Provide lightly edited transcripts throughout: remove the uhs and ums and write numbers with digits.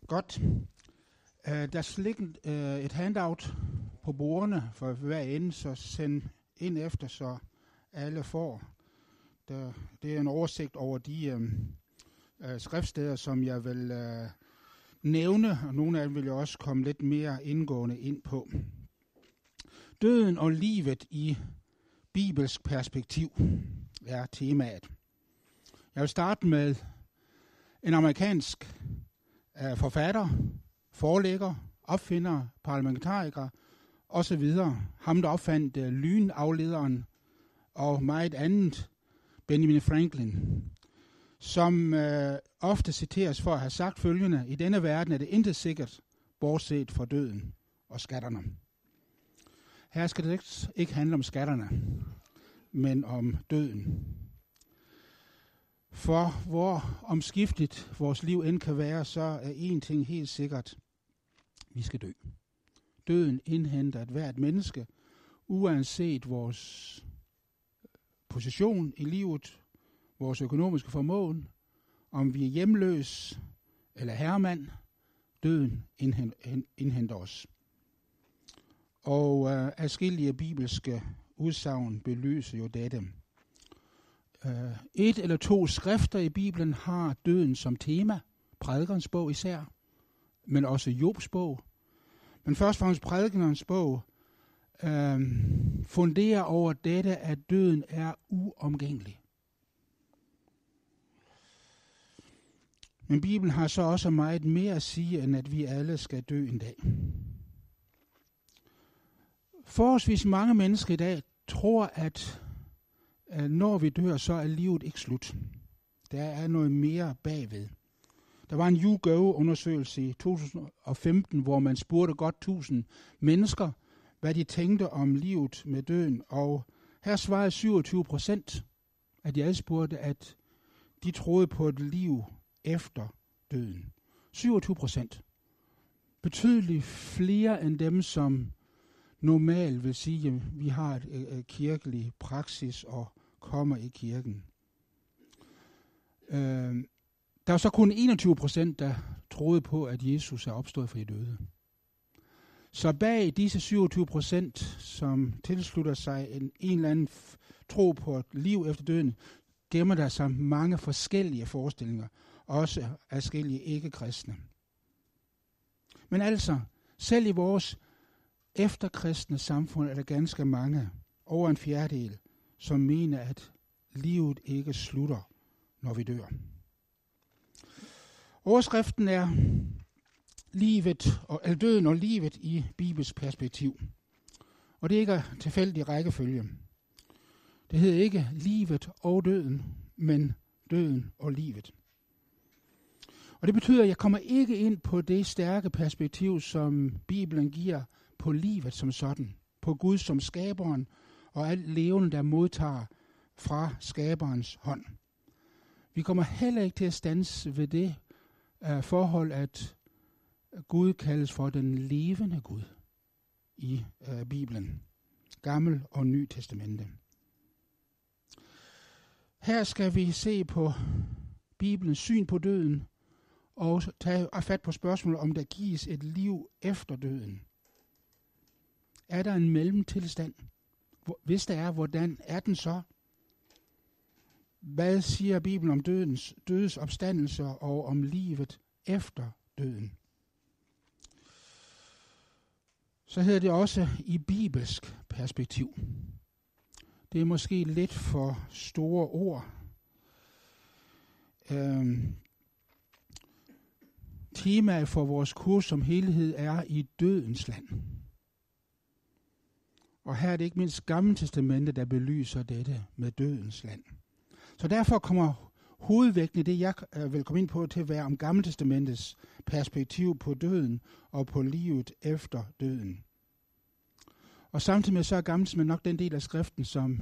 Godt. Der skal ligge et handout på bordene for hver ende, så send ind efter, så alle får. Det er en oversigt over de skriftsteder, som jeg vil nævne, og nogle af dem vil jeg også komme lidt mere indgående ind på. Døden og livet i bibelsk perspektiv er temaet. Jeg vil starte med en amerikansk forfatter, forlægger, opfinder, parlamentariker osv. Ham, der opfandt lynaflederen og meget andet, Benjamin Franklin, som ofte citeres for at have sagt følgende: i denne verden er det intet sikkert, bortset fra døden og skatterne. Her skal det ikke handle om skatterne, men om døden. For hvor omskifteligt vores liv end kan være, så er én ting helt sikkert: vi skal dø. Døden indhenter et hvert menneske, uanset vores position i livet, vores økonomiske formåen, om vi er hjemløs eller herremand. Døden indhenter os. Og adskillige bibelske udsagn belyser jo dette. Et eller to skrifter i Bibelen har døden som tema. Prædikernes bog især, men også Jobs bog. Men først og fremmest Prædikernes bog funderer over dette, at døden er uomgængelig. Men Bibelen har så også meget mere at sige, end at vi alle skal dø en dag. Forholdsvis mange mennesker i dag tror, at når vi dør, så er livet ikke slut. Der er noget mere bagved. Der var en YouGov-undersøgelse i 2015, hvor man spurgte godt 1000 mennesker, hvad de tænkte om livet med døden. Og her svarede 27% af de adspurgte, at de troede på et liv efter døden. 27%. Betydeligt flere end dem, som normalt vil sige, at vi har et kirkelig praksis og kommer i kirken. Der var så kun 21%, der troede på, at Jesus er opstået fra de døde. Så bag disse 27%, som tilslutter sig en eller anden tro på et liv efter døden, gemmer der sig mange forskellige forestillinger, også adskillige ikke-kristne. Men altså, selv i vores efterkristne samfund er der ganske mange, over en fjerdedel, som mener, at livet ikke slutter, når vi dør. Overskriften er døden og livet i bibelsk perspektiv. Og det er ikke tilfældig rækkefølge. Det hedder ikke livet og døden, men døden og livet. Og det betyder, at jeg kommer ikke ind på det stærke perspektiv, som Bibelen giver på livet som sådan, på Gud som skaberen og alt levende, der modtager fra skaberens hånd. Vi kommer heller ikke til at standse ved det forhold, at Gud kaldes for den levende Gud i Bibelen, Gammel og Ny Testamente. Her skal vi se på Bibelens syn på døden og tage fat på spørgsmålet, om der gives et liv efter døden. Er der en mellemtilstand? Hvis der er, hvordan er den så? Hvad siger Bibelen om dødens opstandelser og om livet efter døden? Så hedder det også i bibelsk perspektiv. Det er måske lidt for store ord. Temaet for vores kurs som helhed er i dødens land. Og her er det ikke mindst Gamle Testamente, der belyser dette med dødens land. Så derfor kommer hovedvægten i det, jeg vil komme ind på, til at være om Gamle Testamentets perspektiv på døden og på livet efter døden. Og samtidig med så er Gamle Testament nok den del af skriften, som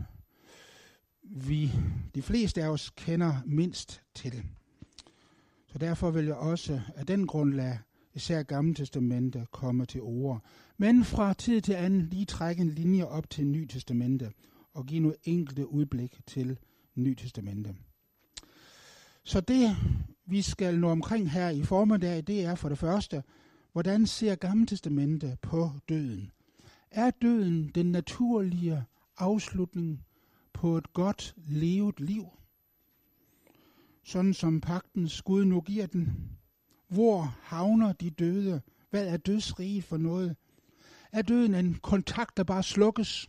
de fleste af os kender mindst til. Så derfor vil jeg også af den grund lade især Gamle Testamente komme til ord. Men fra tid til anden lige trække en linje op til Ny Testamente og give nogle enkelte udblik til Ny Testamente. Så det vi skal nå omkring her i formiddag, det er for det første, hvordan ser Gamle Testamente på døden? Er døden den naturlige afslutning på et godt levet liv? Sådan som pagtens Gud nu giver den. Hvor havner de døde? Hvad er dødsriget for noget? Er døden en kontakt, der bare slukkes?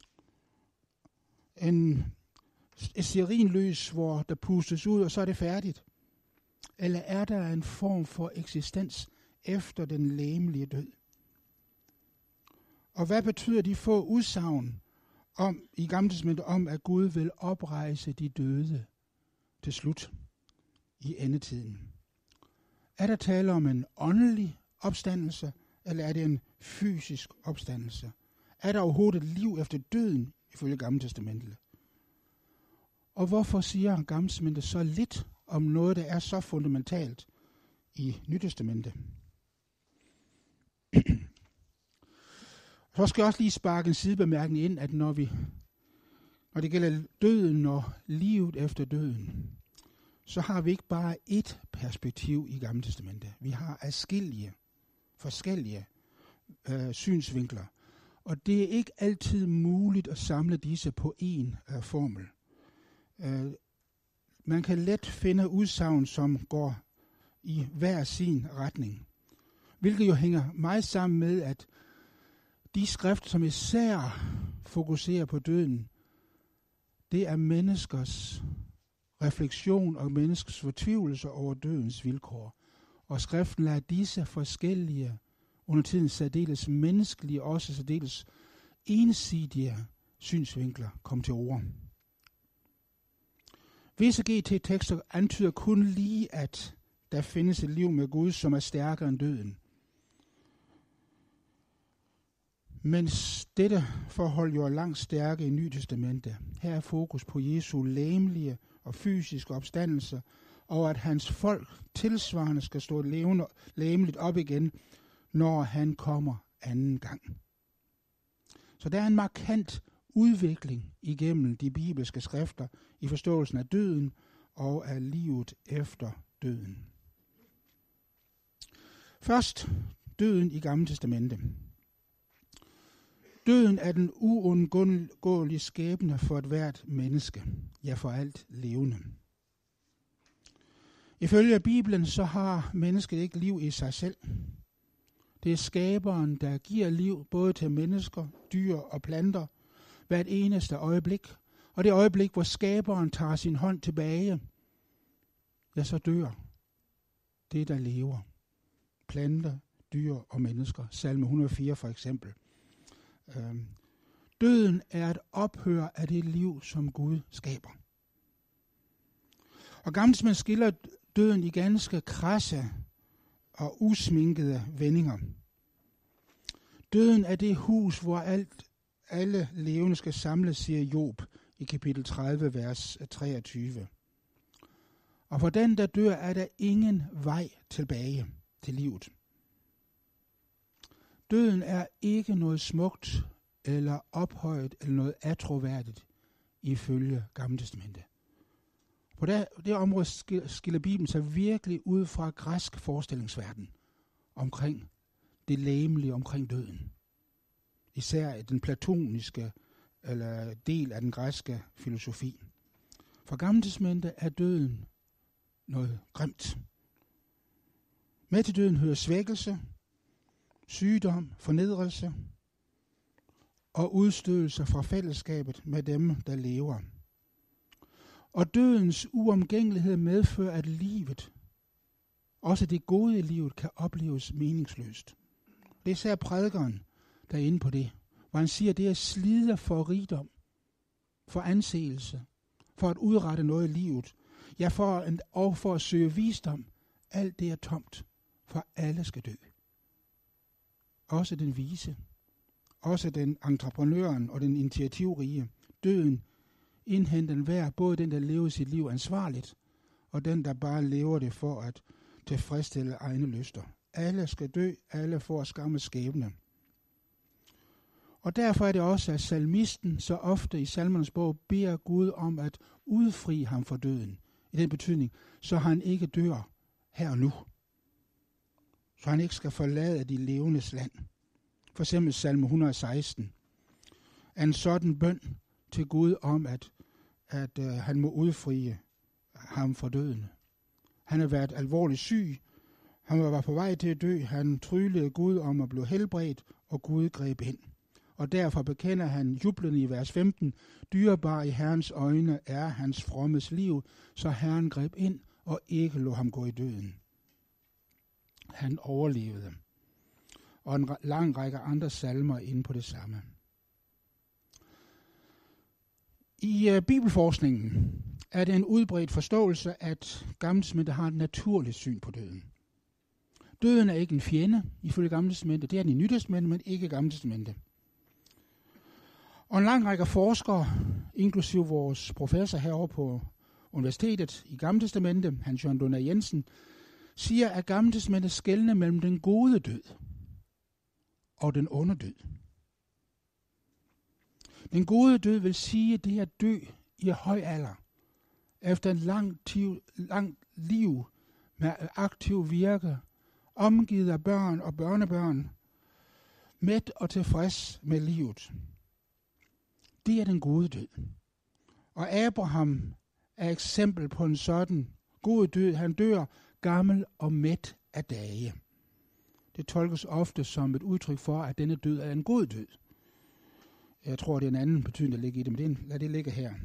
Et stearinlys, hvor der pustes ud, og så er det færdigt? Eller er der en form for eksistens efter den legemlige død? Og hvad betyder de få udsagn i Gamle Testamentet om, at Gud vil oprejse de døde til slut i endetiden? Er der tale om en åndelig opstandelse, eller er det en fysisk opstandelse? Er der overhovedet et liv efter døden ifølge Gamle Testamentet? Og hvorfor siger Gamle Testamentet så lidt om noget, der er så fundamentalt i Nye Testamentet? Så skal jeg også lige sparke en sidebemærkning ind, at når det gælder døden og livet efter døden, så har vi ikke bare ét perspektiv i Gamle Testamentet. Vi har adskillige forskellige synsvinkler. Og det er ikke altid muligt at samle disse på én formel. Man kan let finde udsagn, som går i hver sin retning. Hvilket jo hænger meget sammen med, at de skrifter, som især fokuserer på døden, det er menneskers refleksion og menneskers fortvivlelse over dødens vilkår. Og skriften lader disse forskellige, under tiden særdeles menneskelige, også særdeles ensidige synsvinkler komme til ord. Visse GT-tekster antyder kun lige, at der findes et liv med Gud, som er stærkere end døden. Mens dette forhold jo er langt stærkere i Nye Testamente. Her er fokus på Jesu legemlige og fysiske opstandelse, og at hans folk tilsvarende skal stå legemligt op igen, når han kommer anden gang. Så der er en markant udvikling igennem de bibelske skrifter i forståelsen af døden og af livet efter døden. Først døden i Gamle Testamente. Døden er den uundgåelige skæbne for et hvert menneske, ja for alt levende. Ifølge Bibelen så har mennesket ikke liv i sig selv. Det er skaberen, der giver liv både til mennesker, dyr og planter hvert eneste øjeblik. Og det øjeblik, hvor skaberen tager sin hånd tilbage, ja så dør det, der lever. Planter, dyr og mennesker. Salme 104 for eksempel. Døden er et ophør af det liv, som Gud skaber. Og Gamle Testamentet skiller døden i ganske krasse og usminkede vendinger. Døden er det hus, hvor alle levende skal samles, siger Job i kapitel 30, vers 23. Og for den, der dør, er der ingen vej tilbage til livet. Døden er ikke noget smukt eller ophøjet eller noget atroværdigt ifølge Gamle Testamentet. På det område skiller Bibelen sig virkelig ud fra græsk forestillingsverden omkring det legemlige, omkring døden. Især den platoniske eller del af den græske filosofi. For Gamle Testamentet er døden noget grimt. Med til døden hører svækkelse, sygdom, fornedrelse og udstødelse fra fællesskabet med dem, der lever. Og dødens uomgængelighed medfører, at livet, også det gode i livet, kan opleves meningsløst. Det er især prædikeren, der er inde på det, hvor han siger, at det er slider for rigdom, for anseelse, for at udrette noget i livet, ja for at søge visdom. Alt det er tomt, for alle skal dø. Også den vise, også den entreprenøren og den initiativrige. Døden indhenter enhver, både den, der lever sit liv ansvarligt, og den, der bare lever det for at tilfredsstille egne lyster. Alle skal dø, alle får skamme skæbne. Og derfor er det også, at salmisten så ofte i salmernes bog beder Gud om at udfri ham fra døden. I den betydning, så han ikke dør her og nu. Så han ikke skal forlade de levendes land. For eksempel salme 116. En sådan bøn til Gud om, at han må udfri ham fra døden. Han har været alvorligt syg. Han var på vej til at dø. Han tryglede Gud om at blive helbredt, og Gud greb ind. Og derfor bekender han jublende i vers 15, dyrebar i Herrens øjne er hans frommes liv, så Herren greb ind og ikke lod ham gå i døden. Han overlevede. Og en lang række andre salmer inde på det samme. I bibelforskningen er det en udbredt forståelse, at Gammeltestamentet har et naturligt syn på døden. Døden er ikke en fjende ifølge Gammeltestamentet. Det er den i Nytestamentet, men ikke Gammeltestamentet. Og en lang række forskere, inklusive vores professor herovre på universitetet i Gammeltestamentet, Hans Jørgen Lunde Jensen, siger, at Gammeltestamentet skelner mellem den gode død og den onde død. Den gode død vil sige, at det at dø i høj alder, efter en lang liv med aktiv virke, omgivet af børn og børnebørn, mæt og tilfreds med livet. Det er den gode død. Og Abraham er eksempel på en sådan god død. Han dør gammel og mæt af dage. Det tolkes ofte som et udtryk for, at denne død er en god død. Jeg tror, det er en anden betydning, der ligger i det, men lad det ligge her.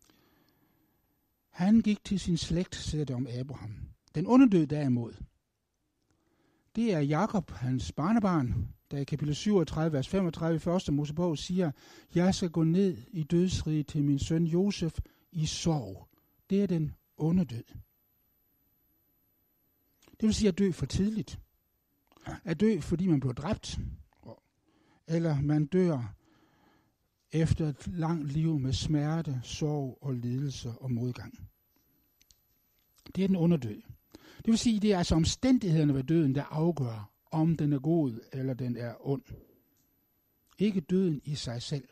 Han gik til sin slægt, siger det om Abraham. Den onde død derimod, det er Jakob, hans barnebarn, der i kapitel 37, vers 35 i 1. Mosebog siger, jeg skal gå ned i dødsriget til min søn Josef i sorg. Det er den onde død. Det vil sige at dø for tidligt. At dø, fordi man bliver dræbt. Eller man dør efter et langt liv med smerte, sorg og lidelse og modgang. Det er den onde død. Det vil sige, det er altså omstændighederne ved døden, der afgør, om den er god eller den er ond. Ikke døden i sig selv.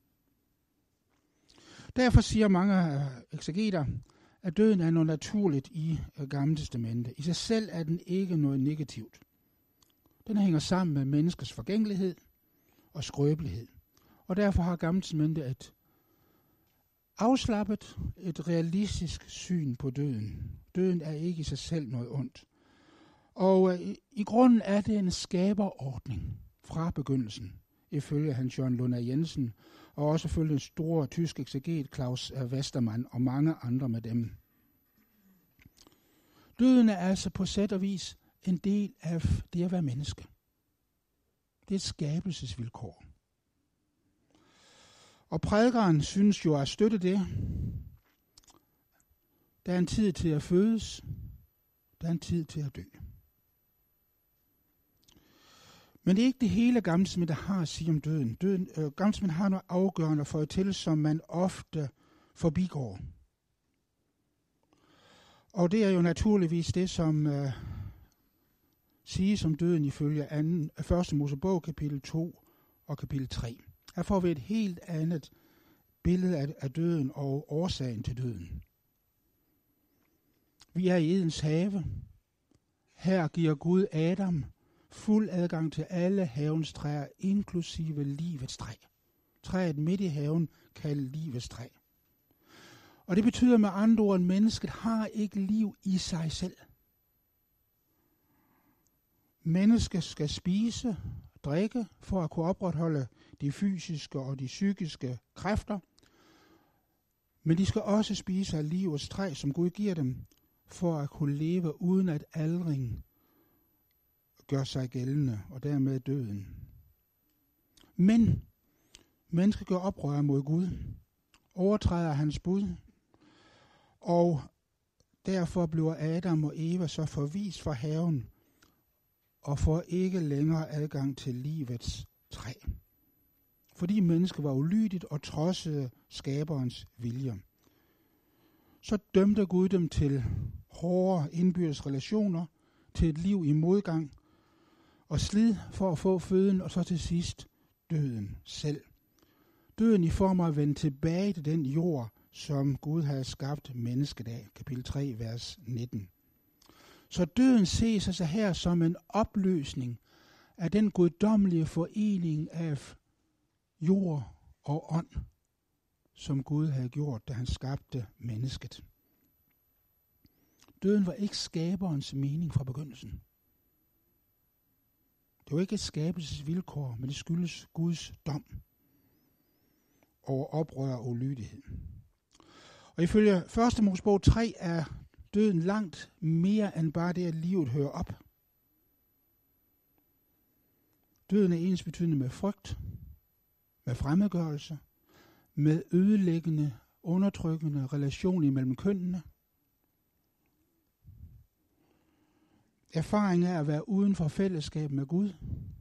Derfor siger mange eksegeter, at døden er noget naturligt i Gamle Testamente. I sig selv er den ikke noget negativt. Den hænger sammen med menneskets forgængelighed og skrøbelighed. Og derfor har Gamle Testamentet et afslappet, et realistisk syn på døden. Døden er ikke i sig selv noget ondt. Og i grunden er det en skaberordning fra begyndelsen, ifølge Hans Jørgen Lunde Jensen, og også ifølge den store tyske ekseget Klaus Westermann og mange andre med dem. Døden er altså på sæt og vis en del af det at være menneske. Det er et skabelsesvilkår. Og prædikeren synes jo at støtte det. Der er en tid til at fødes. Der er en tid til at dø. Men det er ikke det hele Gamle Testamentet har at sige om døden. Gamle Testamentet har noget afgørende for til, som man ofte forbigår. Og det er jo naturligvis det, som siges om døden ifølge 1. Mosebog, kapitel 2 og kapitel 3. Her får vi et helt andet billede af døden og årsagen til døden. Vi er i Edens have. Her giver Gud Adam fuld adgang til alle havens træer, inklusive livets træ. Træet midt i haven kaldet livets træ. Og det betyder med andre ord, at mennesket har ikke liv i sig selv. Mennesket skal spise, drikke for at kunne opretholde de fysiske og de psykiske kræfter. Men de skal også spise af livets træ, som Gud giver dem, for at kunne leve uden at aldring gør sig gældende, og dermed døden. Men mennesket gør oprør mod Gud, overtræder hans bud, og derfor bliver Adam og Eva så forvist fra haven, og får ikke længere adgang til livets træ. Fordi mennesket var ulydigt og trodsede skaberens vilje. Så dømte Gud dem til hårde indbyrdes relationer, til et liv i modgang og slid for at få føden, og så til sidst døden selv. Døden i form af at vende tilbage til den jord, som Gud havde skabt mennesket af. Kapitel 3, vers 19. Så døden ses altså her som en opløsning af den guddommelige forening af jord og ånd, som Gud havde gjort, da han skabte mennesket. Døden var ikke skaberens mening fra begyndelsen. Det var ikke et skabelsesvilkår, men det skyldes Guds dom over oprør og ulydighed. Og ifølge 1. Mosebog 3 er døden langt mere end bare det, at livet hører op. Døden er ensbetydende med frygt, med fremmedgørelse, med ødelæggende, undertrykkende relation imellem kønnene. Erfaring af at være uden for fællesskab med Gud.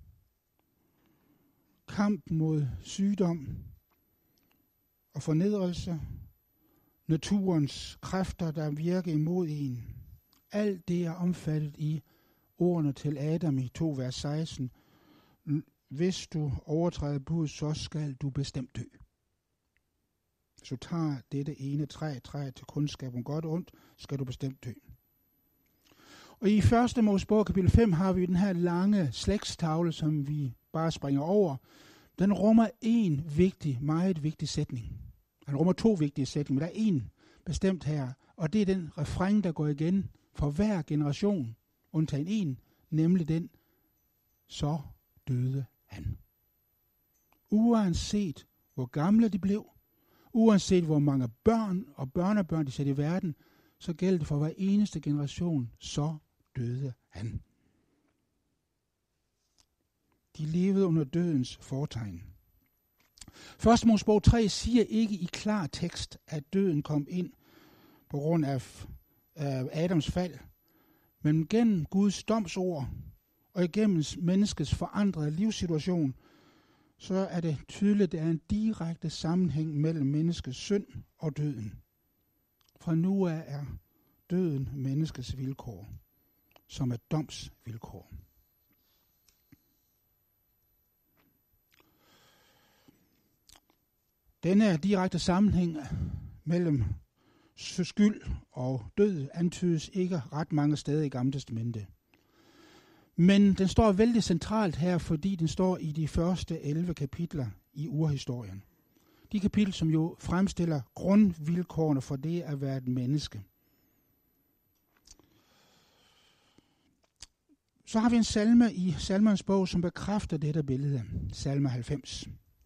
Kamp mod sygdom og fornedrelse. Naturens kræfter, der virker imod en. Alt det er omfattet i ordene til Adam i 2 vers 16. Hvis du overtræder budet, så skal du bestemt dø. Hvis du tager dette ene træ til kundskab om godt og ondt, skal du bestemt dø. Og i 1. Mosebog kapitel 5 har vi den her lange slægtstavle, som vi bare springer over. Den rummer en vigtig, meget vigtig sætning. Den rummer 2 vigtige sætninger, men der er en bestemt her, og det er den refræng, der går igen for hver generation, undtagen en, nemlig den, så døde han. Uanset hvor gamle de blev, uanset hvor mange børn og børnebørn de satte i verden, så gælder det for hver eneste generation, så døde han. De levede under dødens fortegn. 1. Mosebog 3 siger ikke i klar tekst, at døden kom ind på grund af Adams fald, men gennem Guds domsord og igennem menneskets forandrede livssituation, så er det tydeligt, at der er en direkte sammenhæng mellem menneskets synd og døden. Fra nu af er døden menneskets vilkår, som er domsvilkår. Denne direkte sammenhæng mellem skyld og død antydes ikke ret mange steder i Gamle Testamentet. Men den står vældig centralt her, fordi den står i de første 11 kapitler i urhistorien. De kapitler, som jo fremstiller grundvilkårene for det at være et menneske. Så har vi en salme i Salmernes bog, som bekræfter dette billede. Salme 90.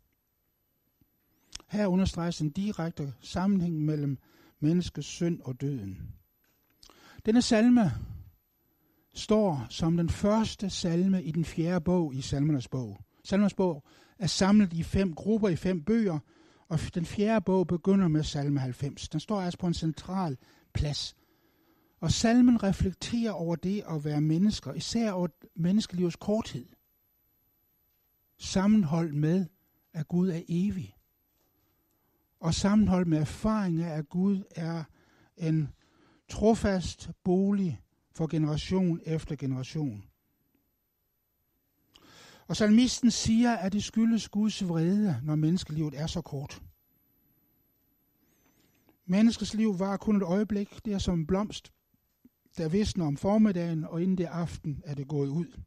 Her understreges en direkte sammenhæng mellem menneskets synd og døden. Denne salme står som den første salme i den 4. bog i Salmernes bog. Salmernes bog er samlet i 5 grupper i 5 bøger, og den 4. bog begynder med salme 90. Den står altså på en central plads. Og salmen reflekterer over det at være mennesker, især over menneskelivets korthed. Sammenholdt med, at Gud er evig. Og sammenholdt med erfaring af, at Gud er en trofast bolig for generation efter generation. Og salmisten siger, at det skyldes Guds vrede, når menneskelivet er så kort. Menneskets liv var kun et øjeblik. Det er som en blomst, der visner om formiddagen, og inden det aften er det gået ud.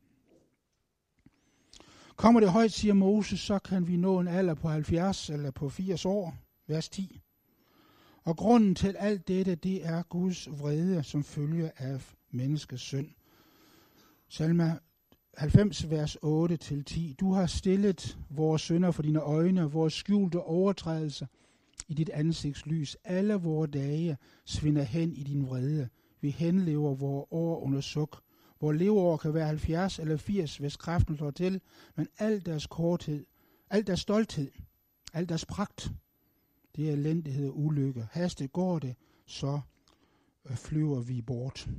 Kommer det højt, siger Moses, så kan vi nå en alder på 70 eller på 80 år, vers 10. Og grunden til alt dette, det er Guds vrede, som følge af menneskets synd. Salme 90, vers 8-10. Du har stillet vores synder for dine øjne, vores skjulte overtrædelser i dit ansigtslys. Alle vores dage svinder hen i din vrede. Vi henlever vores år under suk. Vores leveår kan være 70 eller 80, hvis kræften slår til, men al deres korthed, al deres stolthed, al deres pragt, det er elendighed og ulykke. Hastigt går det, så flyver vi bort.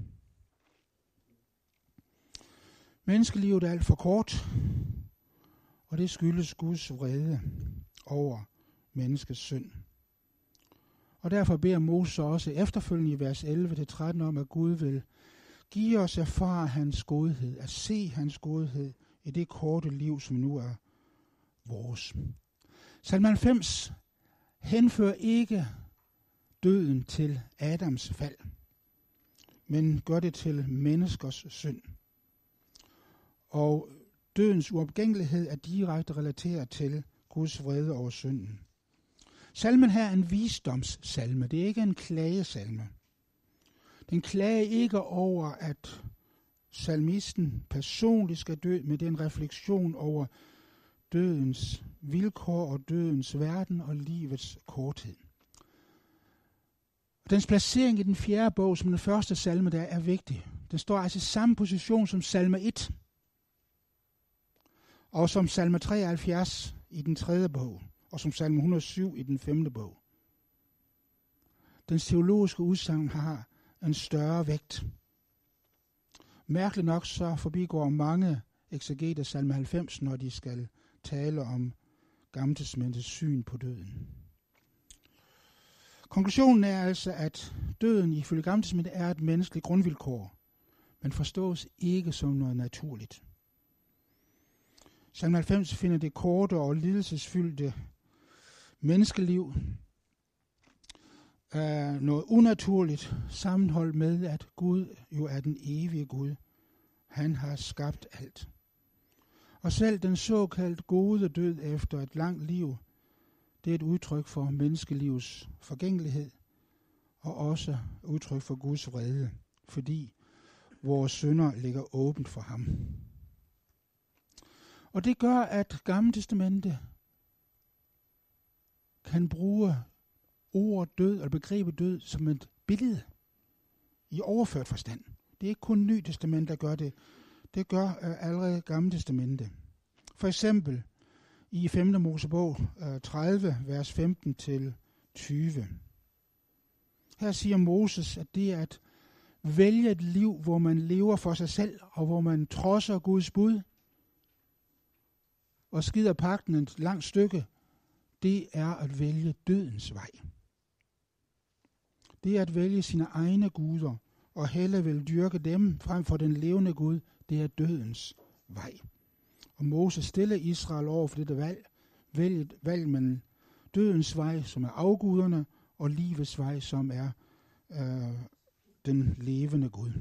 Menneskelivet er alt for kort, og det skyldes Guds vrede over menneskets synd. Og derfor beder Moses også efterfølgende i vers 11-13 om, at Gud vil give os erfare hans godhed, at se hans godhed i det korte liv, som nu er vores. Salme 90 henfører ikke døden til Adams fald, men gør det til menneskers synd. Og dødens uopgængelighed er direkte relateret til Guds vrede over synden. Salmen her er en visdomssalme. Det er ikke en klagesalme. Den klager ikke over, at salmisten personligt skal dø, men det er en refleksion over dødens vilkår og dødens verden og livets korthed. Dens placering i den 4. bog, som den første salme, der er vigtig. Den står altså i samme position som salme 1, og som salme 73 i den 3. bog, og som salme 107 i den 5. bog. Den teologiske udsagn har en større vægt. Mærkeligt nok så forbigår mange eksegeter salme 90, når de skal tale om Gammeltestamentets syn på døden. Konklusionen er altså, at døden ifølge Gammeltestamentet er et menneskeligt grundvilkår, men forstås ikke som noget naturligt. Salme 90 finder det korte og lidelsesfyldte menneskeliv noget unaturligt sammenholdt med, at Gud jo er den evige Gud. Han har skabt alt. Og selv den såkaldt gode død efter et langt liv, det er et udtryk for menneskelivets forgængelighed, og også udtryk for Guds vrede, fordi vores synder ligger åbent for ham. Og det gør, at Gammeltestamentet kan bruge ordet død, eller begrebet død, som et billede i overført forstand. Det er ikke kun Nye Testament, der gør det. Det gør allerede Gammeltestamentet. For eksempel i 5. Mosebog 30, vers 15-20. Her siger Moses, at det er at vælge et liv, hvor man lever for sig selv, og hvor man trodser Guds bud, og skider pagten et langt stykke, det er at vælge dødens vej. Det er at vælge sine egne guder, og hellere vil dyrke dem frem for den levende Gud, det er dødens vej. Og Moses stiller Israel over for dette valg mellem dødens vej, som er afguderne, og livets vej, som er den levende Gud.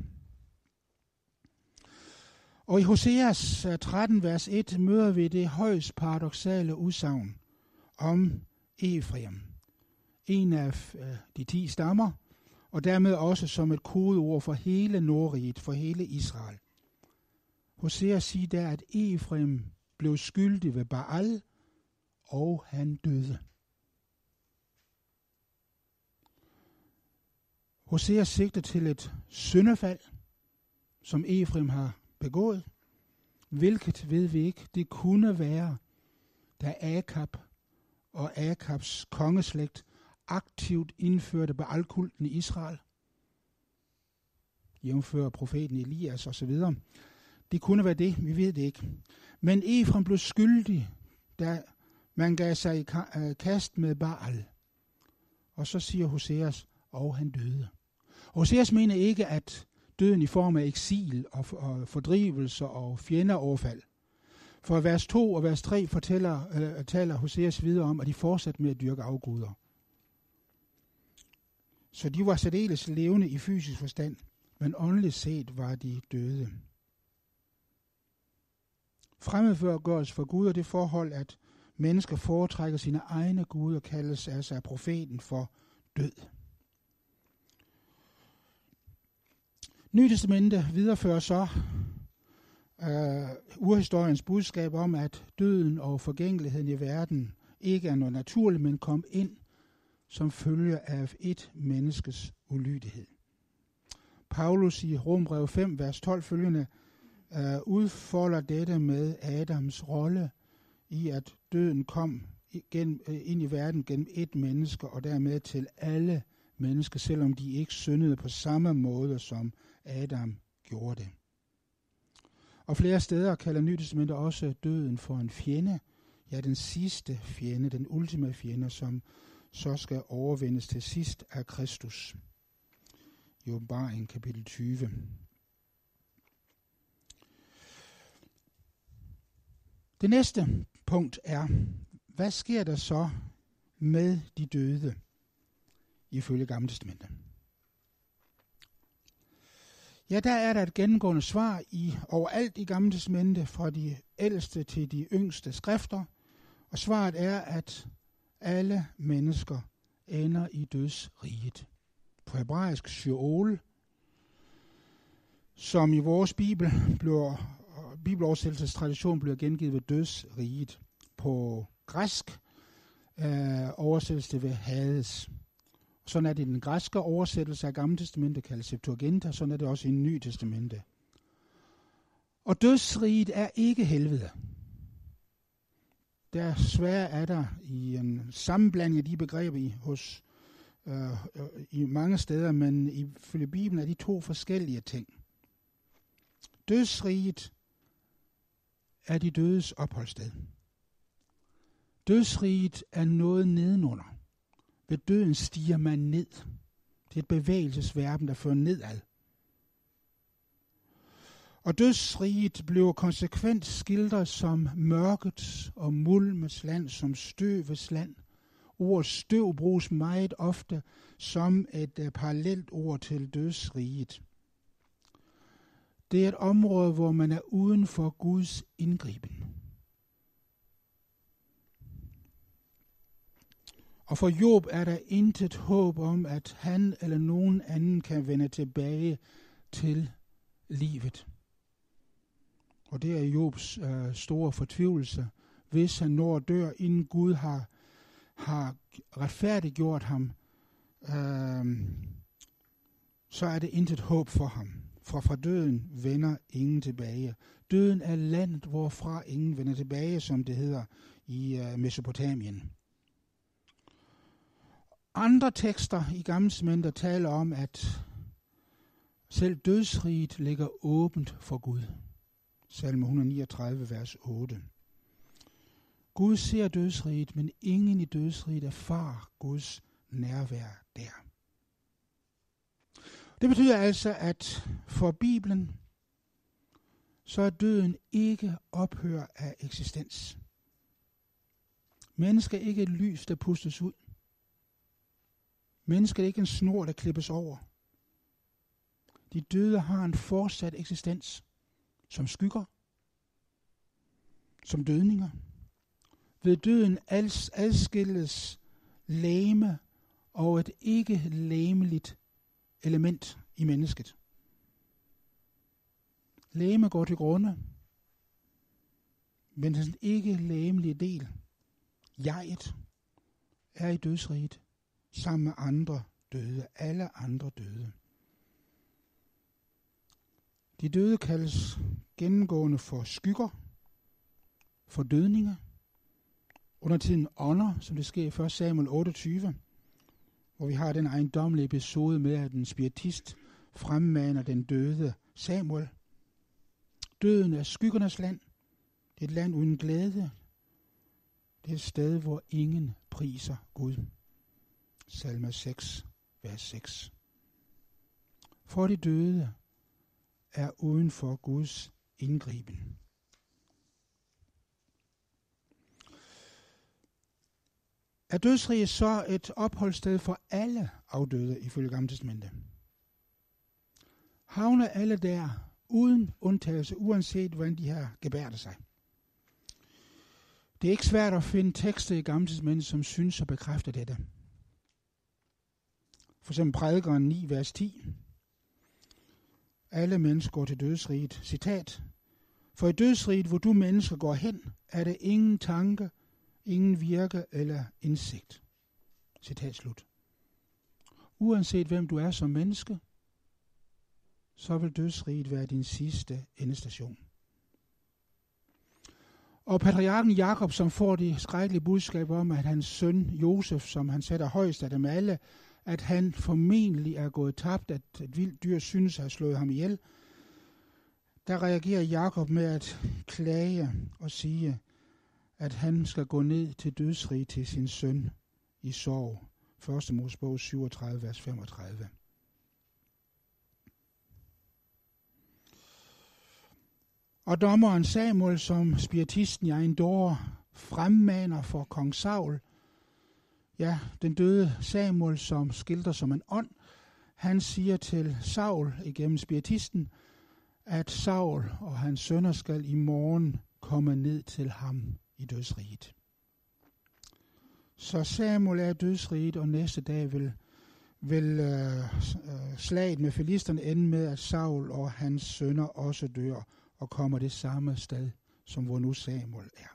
Og i Hoseas 13, vers 1 møder vi det højst paradoksale udsagn om Efraim, en af de 10 stammer, og dermed også som et kodeord for hele Nordriget, for hele Israel. Hosea siger der, at Efraim blev skyldig ved Baal, og han døde. Hosea sigter til et syndefald, som Efraim har begået, hvilket ved vi ikke. Det kunne være, da Akab og Akabs kongeslægt aktivt indførte Baal-kulten i Israel, jævnfør profeten Elias osv. Det kunne være det, vi ved det ikke. Men Efraim blev skyldig, da man gav sig i kast med Baal. Og så siger Hoseas, og han døde. Hoseas mener ikke, at døden i form af eksil og fordrivelse og fjendeoverfald. For vers 2 og vers 3 taler Hoseas videre om, at de fortsatte med at dyrke afguder. Så de var særdeles levende i fysisk forstand, men åndeligt set var de døde. Fremmedgørelse for Gud og det forhold, at mennesker foretrækker sine egne guder, kaldes altså af profeten for død. Nye Testamentet viderefører så urhistoriens budskab om, at døden og forgængeligheden i verden ikke er noget naturligt, men kom ind som følge af et menneskes ulydighed. Paulus i Rombrevet 5, vers 12 følgende, udfolder dette med Adams rolle i, at døden kom ind i verden gennem et menneske, og dermed til alle mennesker, selvom de ikke syndede på samme måde, som Adam gjorde det. Og flere steder kalder Nye Testamentet også døden for en fjende, ja, den sidste fjende, den ultime fjende, som så skal overvindes til sidst af Kristus. I Åbenbaringen kapitel 20. Det næste punkt er, hvad sker der så med de døde ifølge Gamle Testamentet. Ja, der er der et gennemgående svar overalt i Gamle Testamentet, fra de ældste til de yngste skrifter, og svaret er, at alle mennesker ender i dødsriget. På hebraisk Sheol, som i vores bibeloversættelsestradition bliver gengivet ved dødsriget. På græsk oversættes det ved Hades. Sådan er det i den græske oversættelse af Gamle Testamentet, kaldet Septuaginta, sådan er det også i Nye Testamente. Og dødsriget er ikke helvede. Desværre er der i en sammenblanding af de begreber i mange steder, men ifølge Bibelen er de to forskellige ting. Dødsriget er de dødes opholdssted. Dødsriget er noget nedenunder. Ved døden stiger man ned. Det er et bevægelsesverben, der fører nedad. Og dødsriget bliver konsekvent skildret som mørkets og mulmets land, som støvets land. Ordet støv bruges meget ofte som et parallelt ord til dødsriget. Det er et område, hvor man er uden for Guds indgriben. Og for Job er der intet håb om, at han eller nogen anden kan vende tilbage til livet. Og det er Jobs store fortvivlelse, hvis han når at dør, inden Gud har retfærdiggjort ham, så er det intet håb for ham. For fra døden vender ingen tilbage. Døden er landet, hvorfra ingen vender tilbage, som det hedder i Mesopotamien. Andre tekster i Gamle Testamentet taler om, at selv dødsriget ligger åbent for Gud. Salme 139, vers 8. Gud ser dødsriget, men ingen i dødsriget erfarer Guds nærvær der. Det betyder altså, at for Bibelen, så er døden ikke ophør af eksistens. Mennesket er ikke et lys, der pustes ud. Mennesket er ikke en snor, der klippes over. De døde har en fortsat eksistens som skygger, som dødninger. Ved døden adskilles legeme og et ikke-legemeligt element i mennesket. Legeme går til grunde, men den ikke-legemelige del, jeget, er i dødsriget sammen med andre døde, alle andre døde. De døde kaldes gennemgående for skygger, for dødninger, under tiden ånder, som det sker i 1. Samuel 28, hvor vi har den ejendommelige episode med, at en spiritist fremmaner den døde Samuel. Døden er skyggernes land. Det er et land uden glæde. Det er et sted, hvor ingen priser Gud. Salme 6, vers 6. For de døde er uden for Guds indgriben. Er dødsriget så et opholdssted for alle afdøde ifølge Gamle Testamentet? Havner alle der uden undtagelse, uanset hvordan de har gebærdet sig? Det er ikke svært at finde tekster i Gamle Testamentet, som synes at bekræfte dette. For eksempel Prædikeren 9, vers 10. Alle mennesker går til dødsriget. Citat. For i dødsriget, hvor du mennesker går hen, er der ingen tanke, ingen virke eller indsigt. Citat slut. Uanset hvem du er som menneske, så vil dødsriget være din sidste endestation. Og patriarken Jakob, som får det skrækkelige budskab om, at hans søn Josef, som han sætter højst af dem alle, at han formentlig er gået tabt, at et vildt dyr synes at have slået ham ihjel, der reagerer Jakob med at klage og sige, at han skal gå ned til dødsriget til sin søn i sorg. 1. Mosebog 37, vers 35. Og dommeren Samuel, som spiritisten i egen dår fremmaner for kong Saul, den døde Samuel, som skildrer som en ånd, han siger til Saul igennem spiritisten, at Saul og hans sønner skal i morgen komme ned til ham i dødsriget. Så Samuel er dødsriget, og næste dag vil slaget med filisterne ende med, at Saul og hans sønner også dør og kommer det samme sted, som hvor nu Samuel er.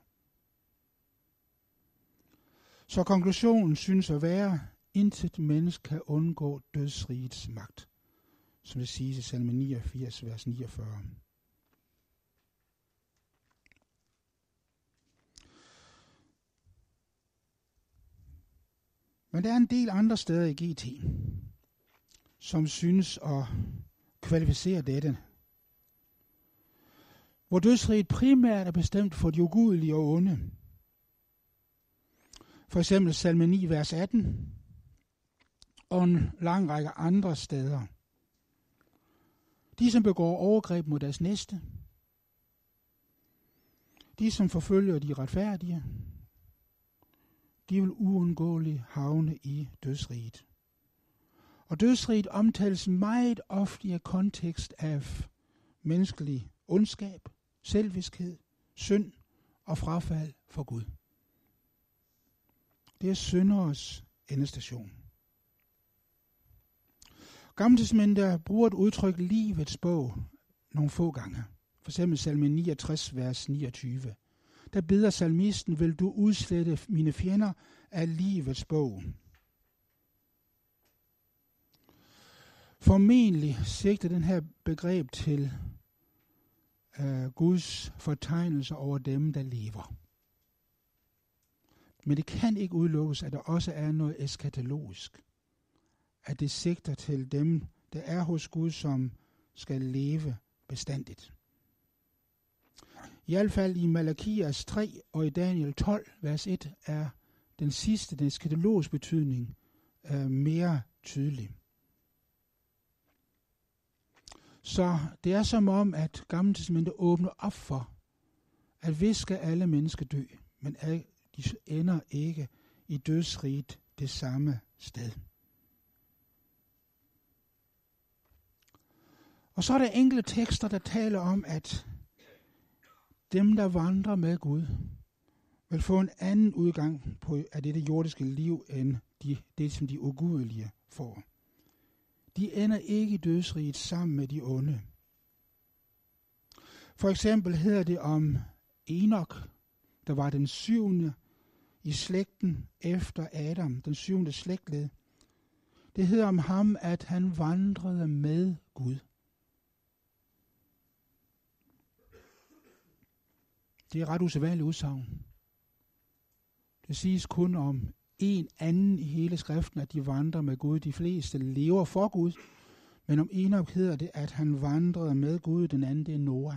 Så konklusionen synes at være, intet menneske kan undgå dødsrigets magt, som det siges i salme 89, vers 49. Men der er en del andre steder i GT, som synes at kvalificere dette, hvor dødsriget primært er bestemt for de ugudelige og onde. For eksempel salme 9, vers 18, og en lang række andre steder. De, som begår overgreb mod deres næste, de, som forfølger de retfærdige, de vil uundgåeligt havne i dødsriget. Og dødsriget omtales meget ofte i kontekst af menneskelig ondskab, selviskhed, synd og frafald for Gud. Det er synderes endestation. Gammeltestamentet bruger et udtryk livets bog nogle få gange. For eksempel salme 69, vers 29. Der beder salmisten, vil du udslette mine fjender af livets bog. Formentlig sigter den her begreb til Guds fortegnelse over dem, der lever. Men det kan ikke udelukkes, at der også er noget eskatologisk. At det sigter til dem, der er hos Gud, som skal leve bestandigt. I hvert fald i Malakias 3 og i Daniel 12, vers 1, er den eskatologiske betydning mere tydelig. Så det er som om, at Gammeltestamentet åbner op for, at hvis skal alle mennesker dø, men de ender ikke i dødsriget det samme sted. Og så er der enkelte tekster, der taler om, at dem, der vandrer med Gud, vil få en anden udgang af dette jordiske liv, end det, som de ugudelige får. De ender ikke i dødsriget sammen med de onde. For eksempel hedder det om Enok, der var den 7. i slægten efter Adam, den 7. slægtled. Det hedder om ham, at han vandrede med Gud. Det er ret usædvanligt udsagn. Det siges kun om en anden i hele skriften, at de vandrer med Gud. De fleste lever for Gud. Men om Enok hedder det, at han vandrede med Gud. Den anden, det er Noah.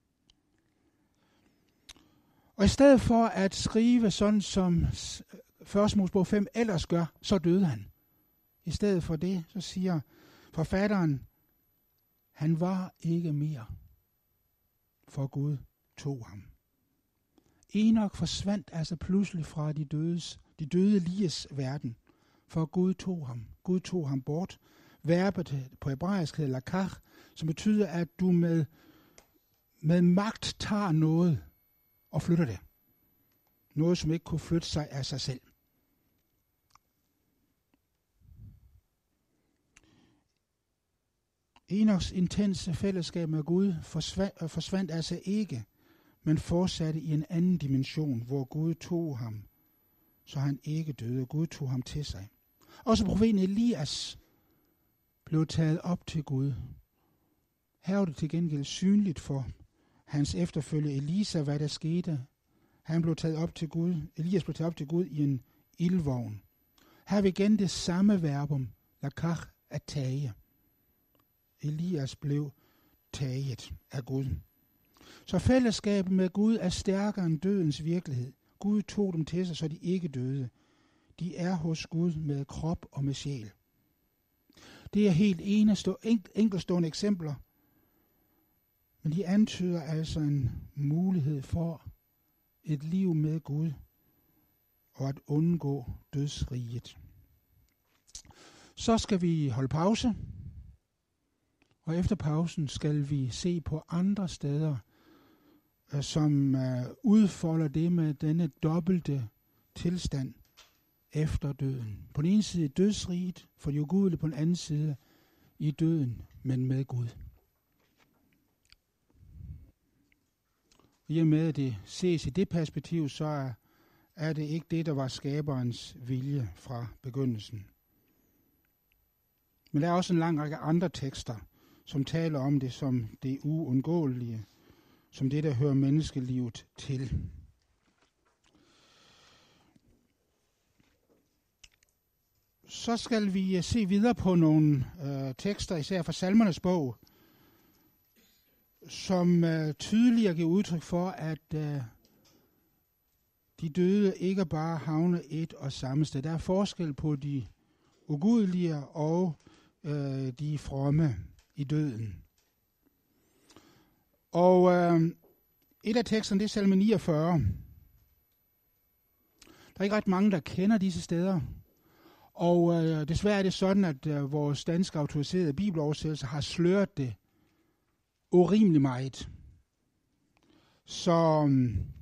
Og i stedet for at skrive sådan som 1. Mosebog 5 ellers gør, så døde han. I stedet for det, så siger forfatteren, han var ikke mere, for Gud tog ham. Enok forsvandt altså pludselig fra de døde liges verden, for Gud tog ham. Gud tog ham bort. Verbet på hebraisk hedder lakach, som betyder, at du med magt tager noget og flytter det. Noget, som ikke kunne flytte sig af sig selv. Enoks intense fællesskab med Gud forsvandt altså ikke, men fortsatte i en anden dimension, hvor Gud tog ham, så han ikke døde. Gud tog ham til sig. Også profeten Elias blev taget op til Gud. Her var det til gengæld synligt for hans efterfølger Elisa, hvad der skete. Han blev taget op til Gud. Elias blev taget op til Gud i en ildvogn. Her er vi igen det samme verbum, lakach, at tage. Elias blev taget af Gud. Så fællesskabet med Gud er stærkere end dødens virkelighed. Gud tog dem til sig, så de ikke døde. De er hos Gud med krop og med sjæl. Det er helt enkeltstående eksempler, men de antyder altså en mulighed for et liv med Gud og at undgå dødsriget. Så skal vi holde pause, og efter pausen skal vi se på andre steder, som udfolder det med denne dobbelte tilstand efter døden. På den ene side dødsriget for de ugudelige, på den anden side i døden, men med Gud. I og med at det ses i det perspektiv, så er det ikke det, der var skaberens vilje fra begyndelsen. Men der er også en lang række andre tekster, som taler om det som det uundgåelige, som det, der hører menneskelivet til. Så skal vi se videre på nogle tekster, især fra Salmernes bog, som tydeligere giver udtryk for, at de døde ikke bare havner et og samme sted. Der er forskel på de ugudelige og de fromme i døden. Og et af teksterne, det er salme 49. Der er ikke ret mange, der kender disse steder. Og desværre er det sådan, at vores danske autoriserede bibeloversættelse har sløret det urimelig meget. Så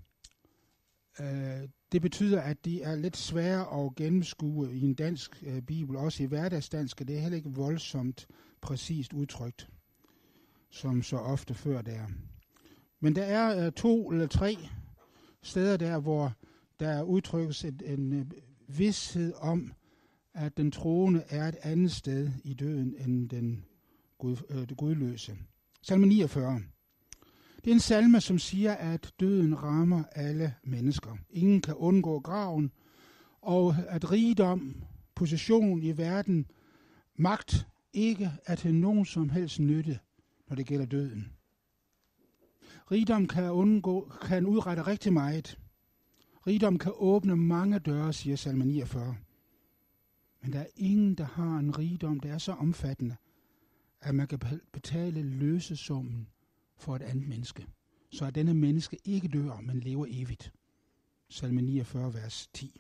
det betyder, at de er lidt svære at gennemskue i en dansk bibel. Også i hverdagsdansk er det heller ikke voldsomt præcist udtrykt, som så ofte før der. Men der er 2 eller 3 steder der, hvor der udtrykkes en vished om, at den troende er et andet sted i døden end det gudløse. Salme 49. Det er en salme, som siger, at døden rammer alle mennesker. Ingen kan undgå graven, og at rigdom, position i verden, magt ikke er til nogen som helst nytte, når det gælder døden. Rigdom kan udrette rigtig meget. Rigdom kan åbne mange døre, siger salme 49. Men der er ingen, der har en rigdom, der er så omfattende, at man kan betale løsesummen for et andet menneske, så at denne menneske ikke dør, men lever evigt. Salme 49, vers 10.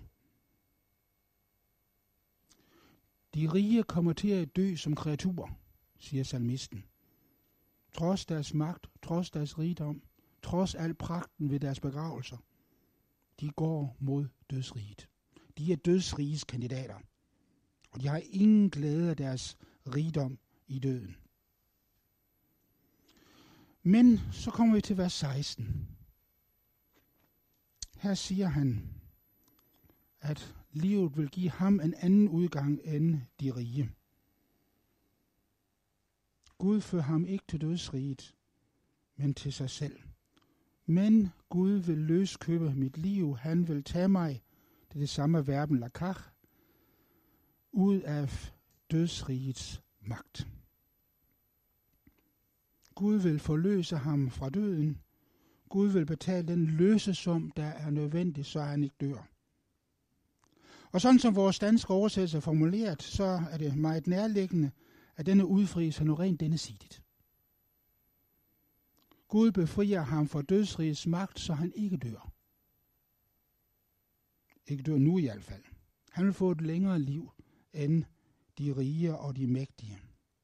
De rige kommer til at dø som kreaturer, siger salmisten. Trods deres magt, trods deres rigdom, trods al pragten ved deres begravelser, de går mod dødsriget. De er dødsriges kandidater, og de har ingen glæde af deres rigdom i døden. Men så kommer vi til vers 16. Her siger han, at livet vil give ham en anden udgang end de rige. Gud fører ham ikke til dødsriget, men til sig selv. Men Gud vil løskøbe mit liv, han vil tage mig, det er det samme verben lakach, ud af dødsrigets magt. Gud vil forløse ham fra døden. Gud vil betale den løsesum, der er nødvendig, så han ikke dør. Og sådan som vores danske oversættelse er formuleret, så er det meget nærliggende, at denne udfrielse er nu rent dennesidigt. Gud befrier ham fra dødsrigets magt, så han ikke dør. Ikke dør nu i hvert fald. Han vil få et længere liv end de rige og de mægtige.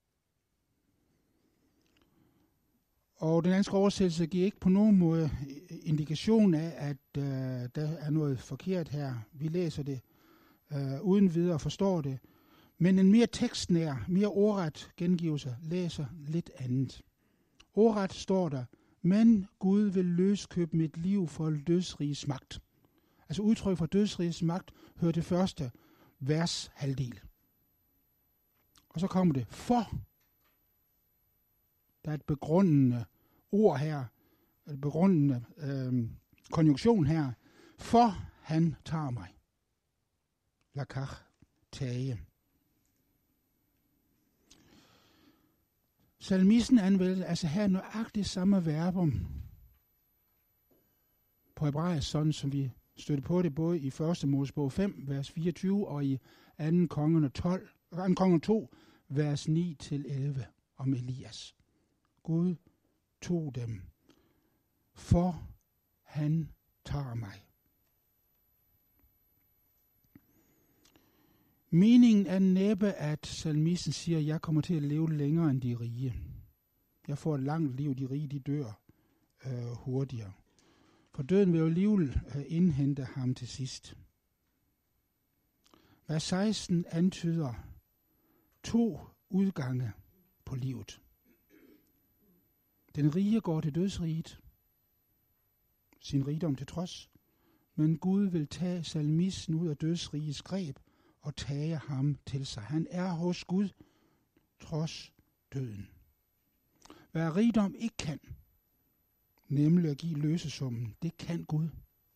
Og den danske oversættelse giver ikke på nogen måde indikation af, at der er noget forkert her. Vi læser det uden videre og forstår det. Men en mere tekstnær, mere ordret gengivelse læser lidt andet. Ordret står der, men Gud vil løskøbe mit liv for dødsriges magt. Altså udtryk for dødsriges magt hører det første vers halvdel. Og så kommer det for. Der er et begrundende ord her, et begrundende konjunktion her. For han tager mig. Lakach, tage. Salmisten anvender altså her nøjagtigt samme verbum på hebraisk, sådan som vi støtter på det både i 1. Mosebog 5, vers 24 og i 2. Konger 2, vers 9-11 om Elias. Gud tog dem, for han tager mig. Meningen er næppe, at salmisten siger, at jeg kommer til at leve længere end de rige. Jeg får et langt liv, de rige de dør hurtigere. For døden vil jo alligevel indhente ham til sidst. Vers 16 antyder 2 udgange på livet. Den rige går til dødsriget, sin rigdom til trods, men Gud vil tage salmisten ud af dødsrigets greb og tage ham til sig. Han er hos Gud trods døden. Hvad rigdom ikke kan, nemlig at give løsesummen, det kan Gud.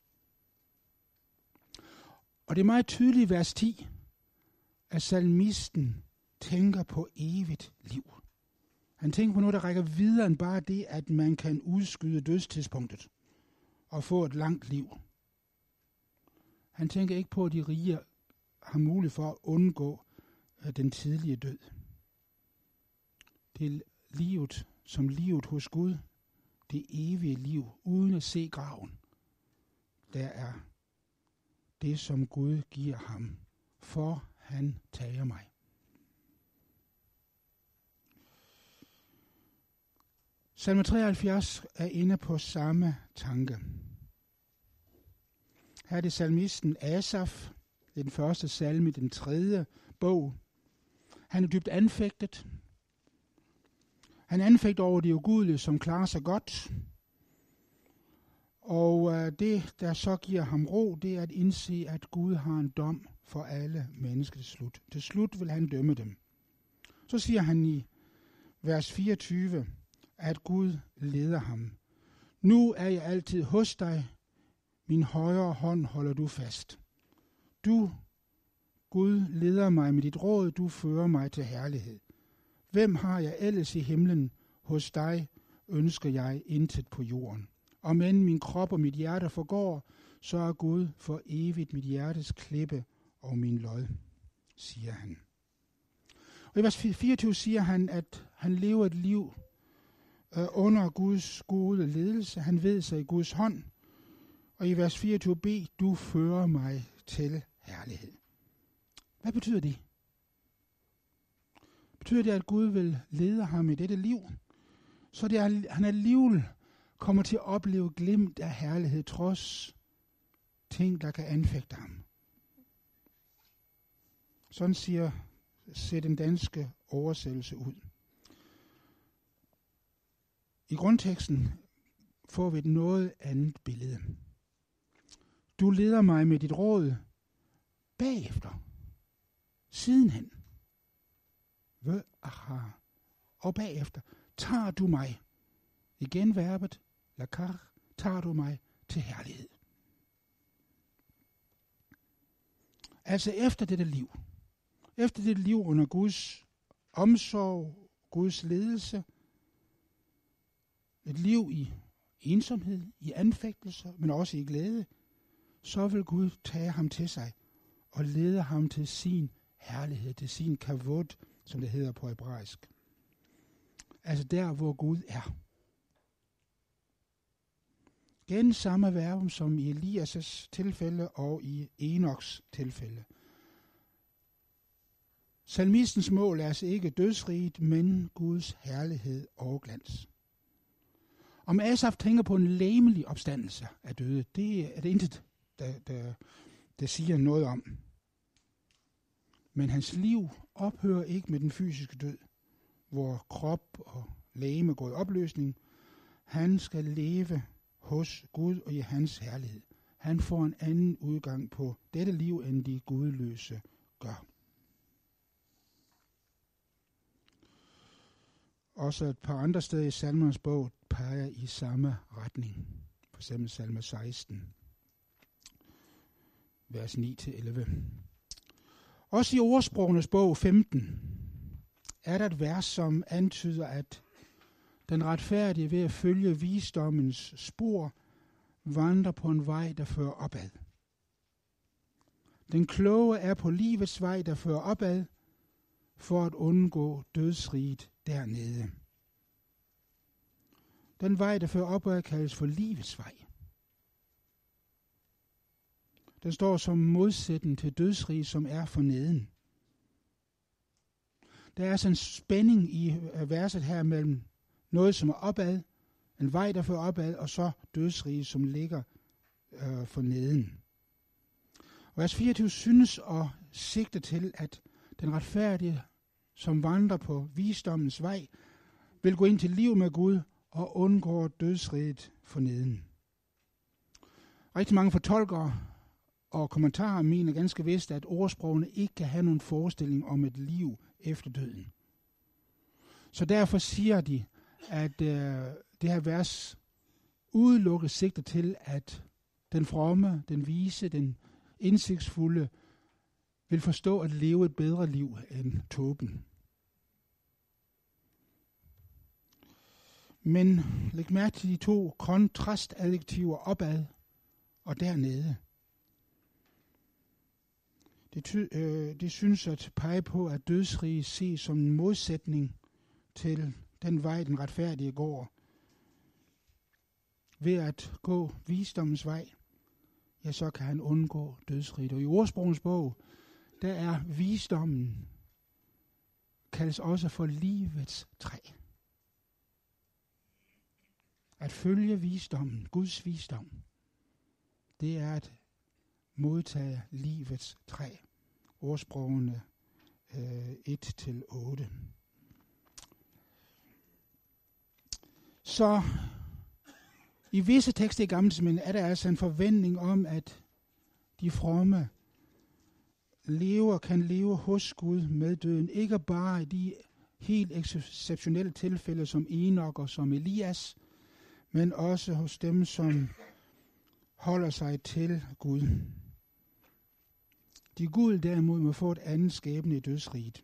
Og det er meget tydeligt i vers 10, at salmisten tænker på evigt liv. Han tænker på noget, der rækker videre end bare det, at man kan udskyde dødstidspunktet og få et langt liv. Han tænker ikke på, at de rige har mulighed for at undgå den tidlige død. Det er livet som livet hos Gud, det evige liv, uden at se graven. Der er det, som Gud giver ham, for han tager mig. Salme 73 er inde på samme tanke. Her er det salmisten Asaf, det er den første salme i den 3. bog. Han er dybt anfægtet. Han anfægter over de ugudelige, som klarer sig godt. Og det, der så giver ham ro, det er at indse, at Gud har en dom for alle mennesker til slut. Til slut vil han dømme dem. Så siger han i vers 24, at Gud leder ham. Nu er jeg altid hos dig, min højre hånd holder du fast. Du, Gud, leder mig med dit råd, du fører mig til herlighed. Hvem har jeg ellers i himlen? Hos dig ønsker jeg intet på jorden. Om end min krop og mit hjerte forgår, så er Gud for evigt mit hjertes klippe og min lod, siger han. Og i vers 24 siger han, at han lever et liv under Guds gode ledelse. Han ved sig i Guds hånd. Og i vers 24b, du fører mig til herlighed. Hvad betyder det? Betyder det, at Gud vil lede ham i dette liv? Så det er, at han alligevel kommer til at opleve glimt af herlighed, trods ting, der kan anfægte ham. Sådan ser den danske oversættelse ud. I grundteksten får vi et noget andet billede. Du leder mig med dit råd bagefter, sidenhen. Og bagefter tager du mig, igen verbet, lakar, tager du mig til herlighed. Altså efter dette liv under Guds omsorg, Guds ledelse, et liv i ensomhed, i anfægtelser, men også i glæde, så vil Gud tage ham til sig og lede ham til sin herlighed, til sin kavod, som det hedder på hebraisk. Altså der, hvor Gud er. Igen samme verbum som i Elias' tilfælde og i Enoks tilfælde. Salmistens mål er altså ikke dødsriget, men Guds herlighed og glans. Om Asaf tænker på en legemlig opstandelse af døde, det er det intet, der siger noget om. Men hans liv ophører ikke med den fysiske død, hvor krop og legeme går i opløsning. Han skal leve hos Gud og i hans herlighed. Han får en anden udgang på dette liv, end de gudløse gør. Også et par andre steder i Salmernes bog peger i samme retning. For eksempel salme 16, vers 9-11. Også i Ordsprogenes bog 15 er der et vers, som antyder, at den retfærdige ved at følge visdommens spor vandrer på en vej, der fører opad. Den kloge er på livets vej, der fører opad, for at undgå dødsriget dernede. Den vej, der fører opad, kaldes for livets vej. Den står som modsætning til dødsriget, som er for neden. Der er sådan en spænding i verset her mellem noget, som er opad, en vej, der fører opad, og så dødsriget, som ligger for neden. Og vers 24 synes at sigte til, at den retfærdige, som vandrer på visdommens vej, vil gå ind til liv med Gud og undgå dødsriget for neden. Rigtig mange fortolkere og kommentarer mener ganske vist, at ordsprogene ikke kan have nogen forestilling om et liv efter døden. Så derfor siger de, at det her vers udelukkende sigter til, at den fromme, den vise, den indsigtsfulde vil forstå at leve et bedre liv end tåben. Men læg mærke til de to kontrastadjektiver opad og dernede. Det synes at pege på, at dødsriget ses som en modsætning til den vej, den retfærdige går. Ved at gå visdommens vej, ja, så kan han undgå dødsriget. Og i ordsprogens bog, der er visdommen, kaldes også for livets træ. At følge visdommen, Guds visdom, det er at modtage livets træ. Ordsprogene 1-8. Så i visse tekster i Gamle Testamentet er der altså en forventning om, at de fromme kan leve hos Gud med døden. Ikke bare i de helt exceptionelle tilfælde som Enok og som Elias, men også hos dem, som holder sig til Gud. De Gud derimod må få et andet skæbne i dødsriget.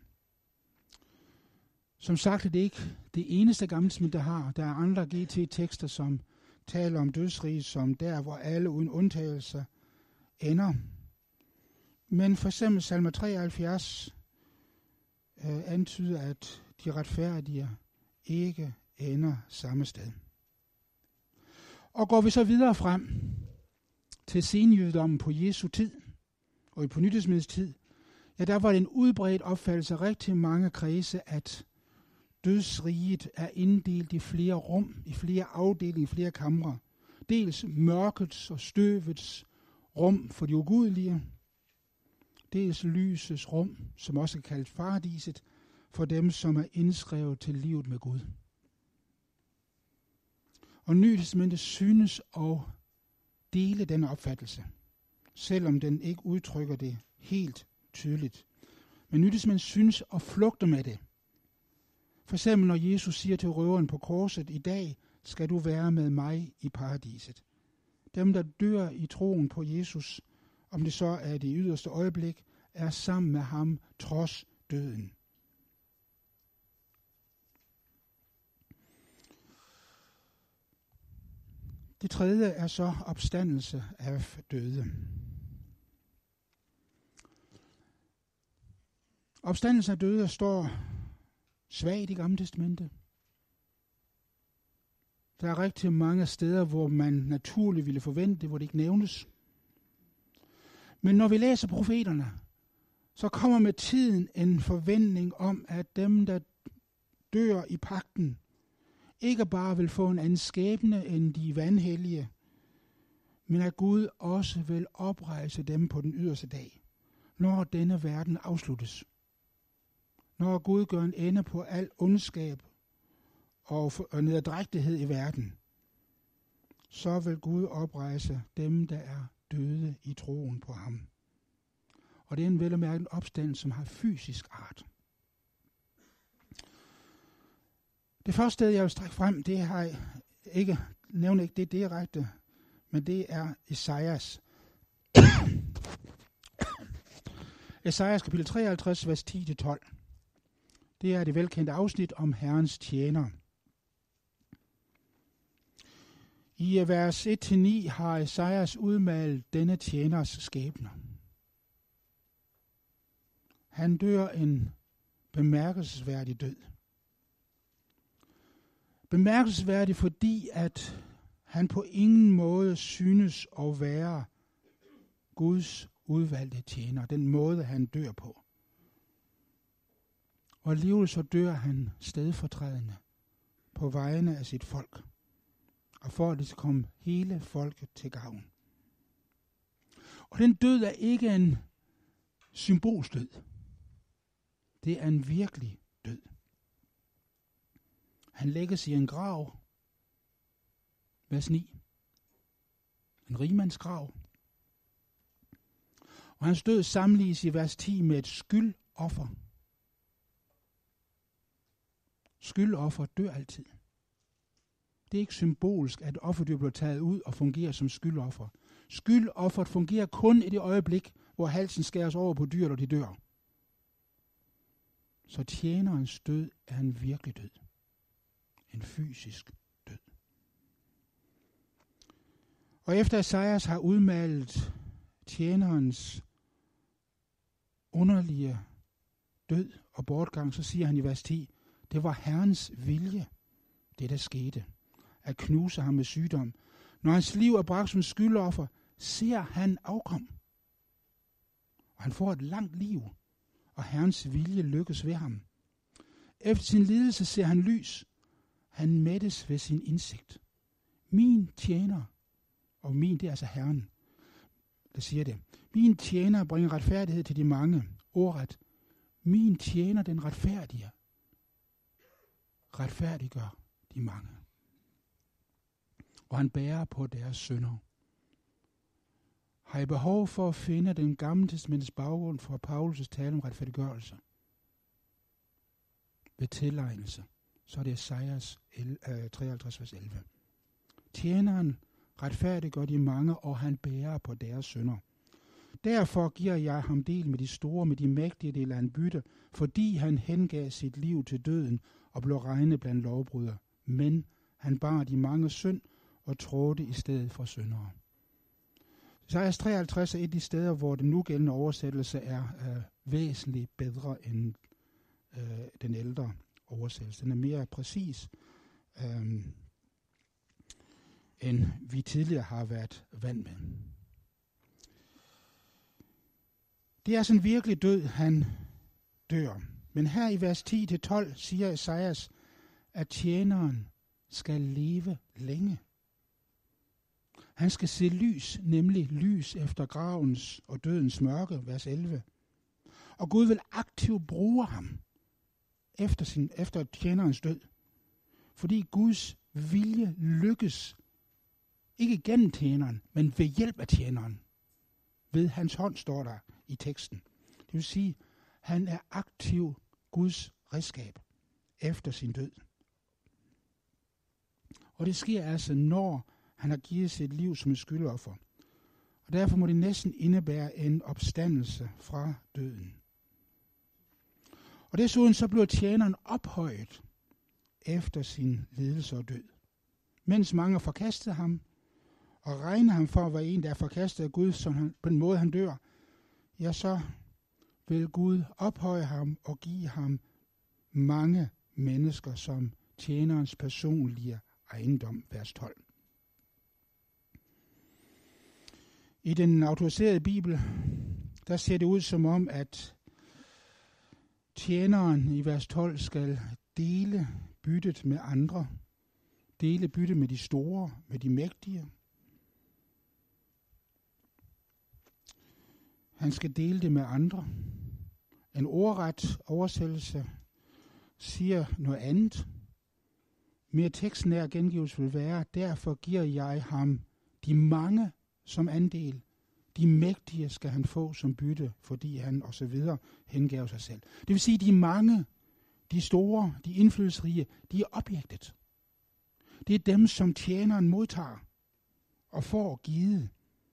Som sagt er det ikke det eneste Gamle Testament, der har. Der er andre GT-tekster, som taler om dødsriget som der, hvor alle uden undtagelser ender. Men for eksempel salme 73 antyder, at de retfærdige ikke ender samme sted. Og går vi så videre frem til senjødedommen på Jesu tid, og på Nytestamenets tid, ja, der var det en udbredt opfattelse af rigtig mange kredse, at dødsriget er inddelt i flere rum, i flere afdelinger, i flere kamre. Dels mørkets og støvets rum for de ugudelige, dels lysets rum, som også er kaldt paradiset, for dem, som er indskrevet til livet med Gud. Og Nytestamentet synes at dele denne opfattelse, selvom den ikke udtrykker det helt tydeligt. Men Nytestamentet synes at flugte med det. For eksempel når Jesus siger til røveren på korset, i dag skal du være med mig i paradiset. Dem, der dør i troen på Jesus, om det så er det yderste øjeblik, er sammen med ham trods døden. Det tredje er så opstandelse af døde. Opstandelse af døde står svagt i Gamle Testamentet. Der er rigtig mange steder, hvor man naturligt ville forvente det, hvor det ikke nævnes. Men når vi læser profeterne, så kommer med tiden en forventning om, at dem, der dør i pagten, ikke bare vil få en anden skæbne end de vanhellige, men at Gud også vil oprejse dem på den yderste dag, når denne verden afsluttes. Når Gud gør en ende på al ondskab og nederdrægtighed i verden, så vil Gud oprejse dem, der er døde i troen på ham. Og det er en vel at mærke en opstand, som har fysisk art. Det første sted, jeg vil strække frem, det har jeg ikke nævnt ikke det direkte, men det er Esajas. Esajas kapitel 53, vers 10-12. Det er det velkendte afsnit om Herrens tjener. I vers 1-9 har Esajas udmalet denne tjeners skæbne. Han dør en bemærkelsesværdig død. Bemærkelsesværdig, fordi at han på ingen måde synes at være Guds udvalgte tjener, den måde han dør på. Og alligevel så dør han stedfortrædende på vegne af sit folk, og for at det skal komme hele folket til gavn. Og den død er ikke en symbolsdød. Det er en virkelig død. Han lægges i en grav, vers 9. En rigmands grav. Og hans død sammenlignes i vers 10 med et skyldoffer. Skyldoffer dør altid. Det er ikke symbolsk, at offerdyr bliver taget ud og fungerer som skyldoffer. Skyldofferet fungerer kun i det øjeblik, hvor halsen skæres over på dyret, og de dør. Så tjenerens død er en virkelig død. En fysisk død. Og efter Esajas har udmalet tjenerens underlige død og bortgang, så siger han i vers 10, det var Herrens vilje, det der skete, at knuse ham med sygdom. Når hans liv er bragt som skyldoffer, ser han afkom. Og han får et langt liv, og Herrens vilje lykkes ved ham. Efter sin lidelse ser han lys. Han mættes ved sin indsigt. Min tjener, og min, det er altså Herren, der siger det. Min tjener bringer retfærdighed til de mange. Ordret. Min tjener, den retfærdige, retfærdiggør de mange. Og han bærer på deres synder. Har I behov for at finde den gamle testamentets baggrund for Paulus' tale om retfærdiggørelse? Ved tilegnelse. Så er det Esajas 53, vers 11. Tjeneren retfærdiggør de mange, og han bærer på deres synder. Derfor giver jeg ham del med de store, med de mægtige dele af en bytte, fordi han hengav sit liv til døden og blev regnet blandt lovbrydere. Men han bar de mange synd og trådte i stedet for syndere. Esajas 53 er et af de steder, hvor den nugældende oversættelse er væsentligt bedre end den ældre oversættelse. Den er mere præcis, end vi tidligere har været vant med. Det er sådan virkelig død, han dør. Men her i vers 10-12 siger Esajas, at tjeneren skal leve længe. Han skal se lys, nemlig lys efter gravens og dødens mørke, vers 11. Og Gud vil aktivt bruge ham efter tjenerens død. Fordi Guds vilje lykkes ikke gennem tjeneren, men ved hjælp af tjeneren. Ved hans hånd står der i teksten. Det vil sige, han er aktiv Guds redskab efter sin død. Og det sker altså, når han har givet sit liv som et skyldoffer. Og derfor må det næsten indebære en opstandelse fra døden. Og desuden så bliver tjeneren ophøjet efter sin lidelse og død. Mens mange forkastede ham og regnede ham for at være en, der er forkastet af Gud, på den måde han dør, ja, så vil Gud ophøje ham og give ham mange mennesker som tjenerens personlige ejendom, vers 12. I den autoriserede bibel, der ser det ud som om, at tjeneren i vers 12 skal dele byttet med andre. Dele byttet med de store, med de mægtige. Han skal dele det med andre. En ordret oversættelse siger noget andet. Mere tekstnær gengivelse vil være, derfor giver jeg ham de mange som andel. De mægtige skal han få som bytte, fordi han og så videre hengav sig selv. Det vil sige, de mange, de store, de indflydelsesrige, de er objektet. Det er dem, som tjeneren modtager og får givet.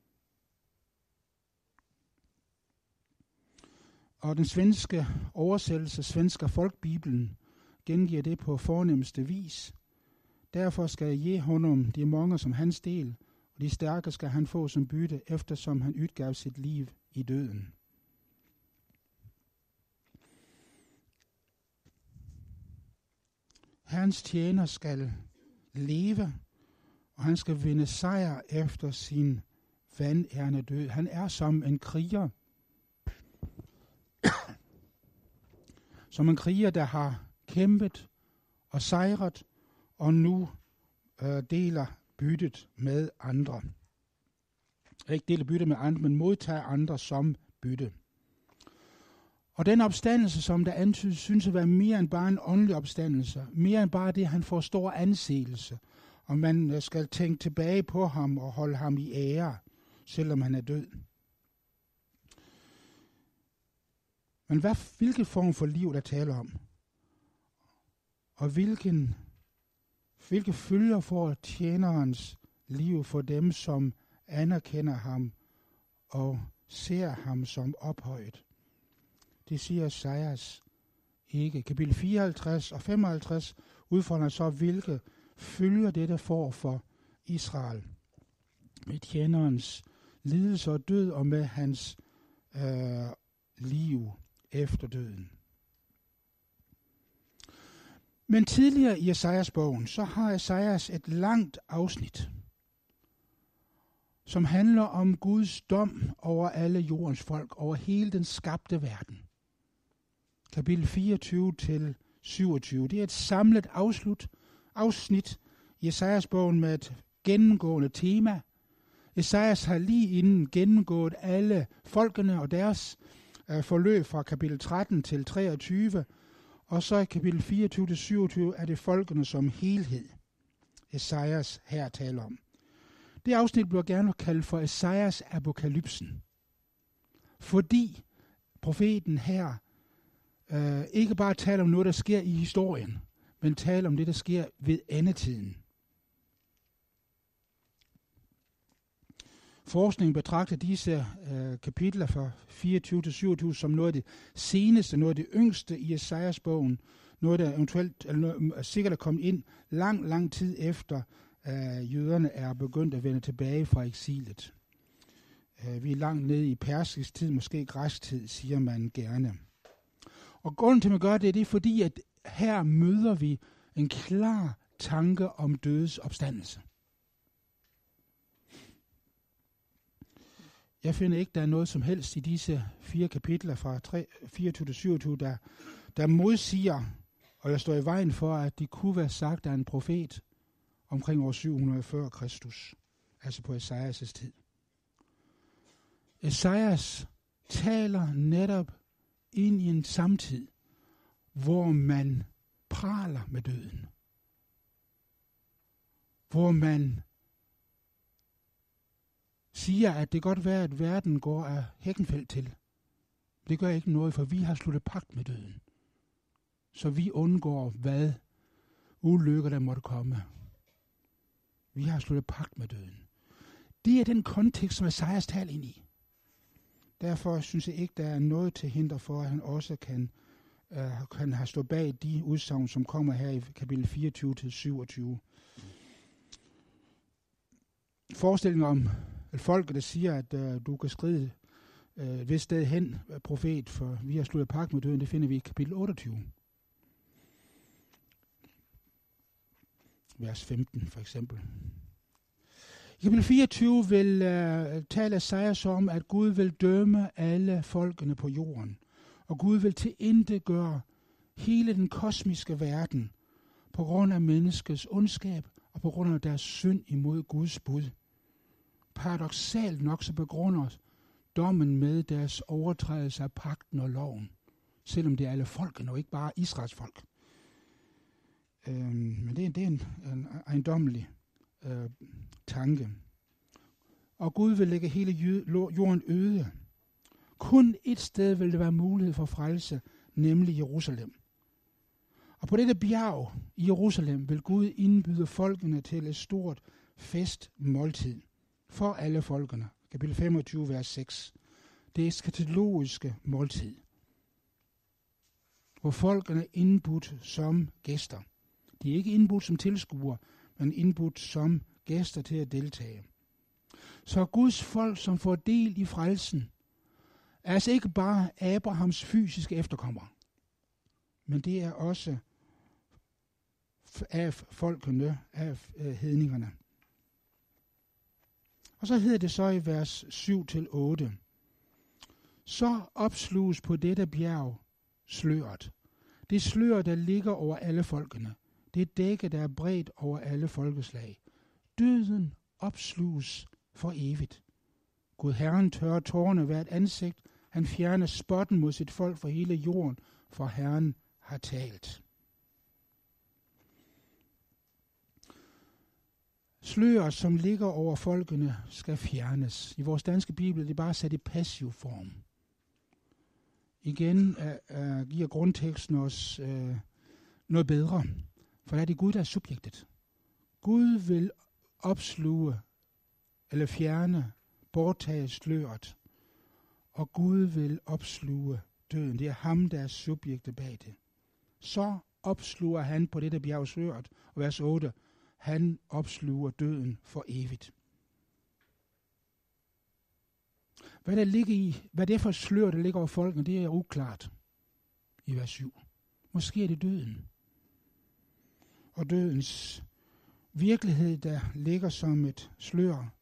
Og den svenske oversættelse, Svenska Folkbibelen, gengiver det på fornemmeste vis. Derfor skal jeg give honom de mange som hans del, og de stærke skal han få som bytte, eftersom han udgav sit liv i døden. Hans tjener skal leve, og han skal vinde sejr efter sin vanærende død. Han er som en kriger, som en kriger, der har kæmpet og sejret, og nu deler byttet med andre. Ikke deler byttet med andre, men modtager andre som bytte. Og den opstandelse, som der antydes, synes at være mere end bare en åndelig opstandelse. Mere end bare det, han får stor anseelse. Og man skal tænke tilbage på ham og holde ham i ære, selvom han er død. Men hvilken form for liv, der taler om? Og hvilke følger får tjenerens liv for dem, som anerkender ham og ser ham som ophøjet? Det siger Esajas ikke. Kapitel 54 og 55 udfolder så, hvilke følger dette får for Israel. Med tjenerens lidelse og død, og med hans liv efter døden. Men tidligere i Esajas bogen, så har Esajas et langt afsnit, som handler om Guds dom over alle jordens folk, over hele den skabte verden. Kapitel 24 til 27. Det er et samlet afsnit i Esajas bogen med et gennemgående tema. Esajas har lige inden gennemgået alle folkene og deres forløb fra kapitel 13 til 23, og så i kapitel 24 til 27 er det folkene som helhed, Esajas her taler om. Det afsnit bliver gerne kaldt for Esajas apokalypsen, fordi profeten her ikke bare taler om noget, der sker i historien, men taler om det, der sker ved endetiden. Forskningen betragter disse kapitler fra 24 til 27 som noget af det seneste, noget af det yngste i Esajas bogen, noget der eventuelt sikkert er kommet ind lang tid efter jøderne er begyndt at vende tilbage fra eksilet. Vi er langt nede i persisk tid, måske græsk tid, siger man gerne. Og grunden til, at man gør det er fordi, at her møder vi en klar tanke om dødes opstandelse. Jeg finder ikke, der er noget som helst i disse 4 kapitler fra 24 til 27, der modsiger, og jeg står i vejen for, at de kunne være sagt af en profet omkring år 700 før Kristus, altså på Esajas' tid. Esajas taler netop ind i en samtid, hvor man praler med døden. Hvor man siger, at det godt være, at verden går af Hækkenfeldt til. Det gør ikke noget, for vi har sluttet pagt med døden. Så vi undgår, hvad ulykker der måtte komme. Vi har sluttet pagt med døden. Det er den kontekst, som Esajas taler ind i. Derfor synes jeg ikke, der er noget til hinder for, at han også kan have stået bag de udsagn, som kommer her i kapitel 24 til 27. Forestillingen om folket, der siger, at du kan skride et vist sted hen, profet, for vi har sluttet pagt med døden, det finder vi i kapitel 28. Vers 15 for eksempel. I kapitel 24 vil tale Esajas om, at Gud vil dømme alle folkene på jorden. Og Gud vil tilintetgøre hele den kosmiske verden på grund af menneskets ondskab og på grund af deres synd imod Guds bud. Paradoksalt nok så begrunder dommen med deres overtrædelse af pagten og loven, selvom det er alle folkene og ikke bare Israels folk. Men det er en ejendommelig tanke. Og Gud vil lægge hele jorden øde. Kun et sted vil der være mulighed for frelse, nemlig Jerusalem. Og på dette bjerg i Jerusalem vil Gud indbyde folkene til et stort festmåltid for alle folkene. Kapitel 25, vers 6. Det eskatologiske måltid, hvor folkene er indbudt som gæster. De er ikke indbudt som tilskuere, men indbudt som gæster til at deltage. Så Guds folk, som får del i frelsen, er altså ikke bare Abrahams fysiske efterkommere, men det er også af folkene, af hedningerne. Og så hedder det så i vers 7-8. Så opsluges på dette bjerg sløret. Det slør, der ligger over alle folkene. Det dække, der er bredt over alle folkeslag. Døden opsluges for evigt. Gud Herren tørrer tårerne hvert ansigt. Han fjerner spotten mod sit folk for hele jorden, for Herren har talt. Slør, som ligger over folkene, skal fjernes. I vores danske bibel er det bare sat i passiv form. Igen giver grundteksten os noget bedre, for der er det Gud, der er subjektet. Gud vil opsluge eller fjerne, borttage sløret, og Gud vil opsluge døden. Det er ham, der er subjektet bag det. Så opsluger han på dette bjerg sløret, og vers 8, han opsluger døden for evigt. Hvad det er for slør, der ligger over folkene, det er uklart i vers 7. Måske er det døden. Og dødens virkelighed, der ligger som et slør.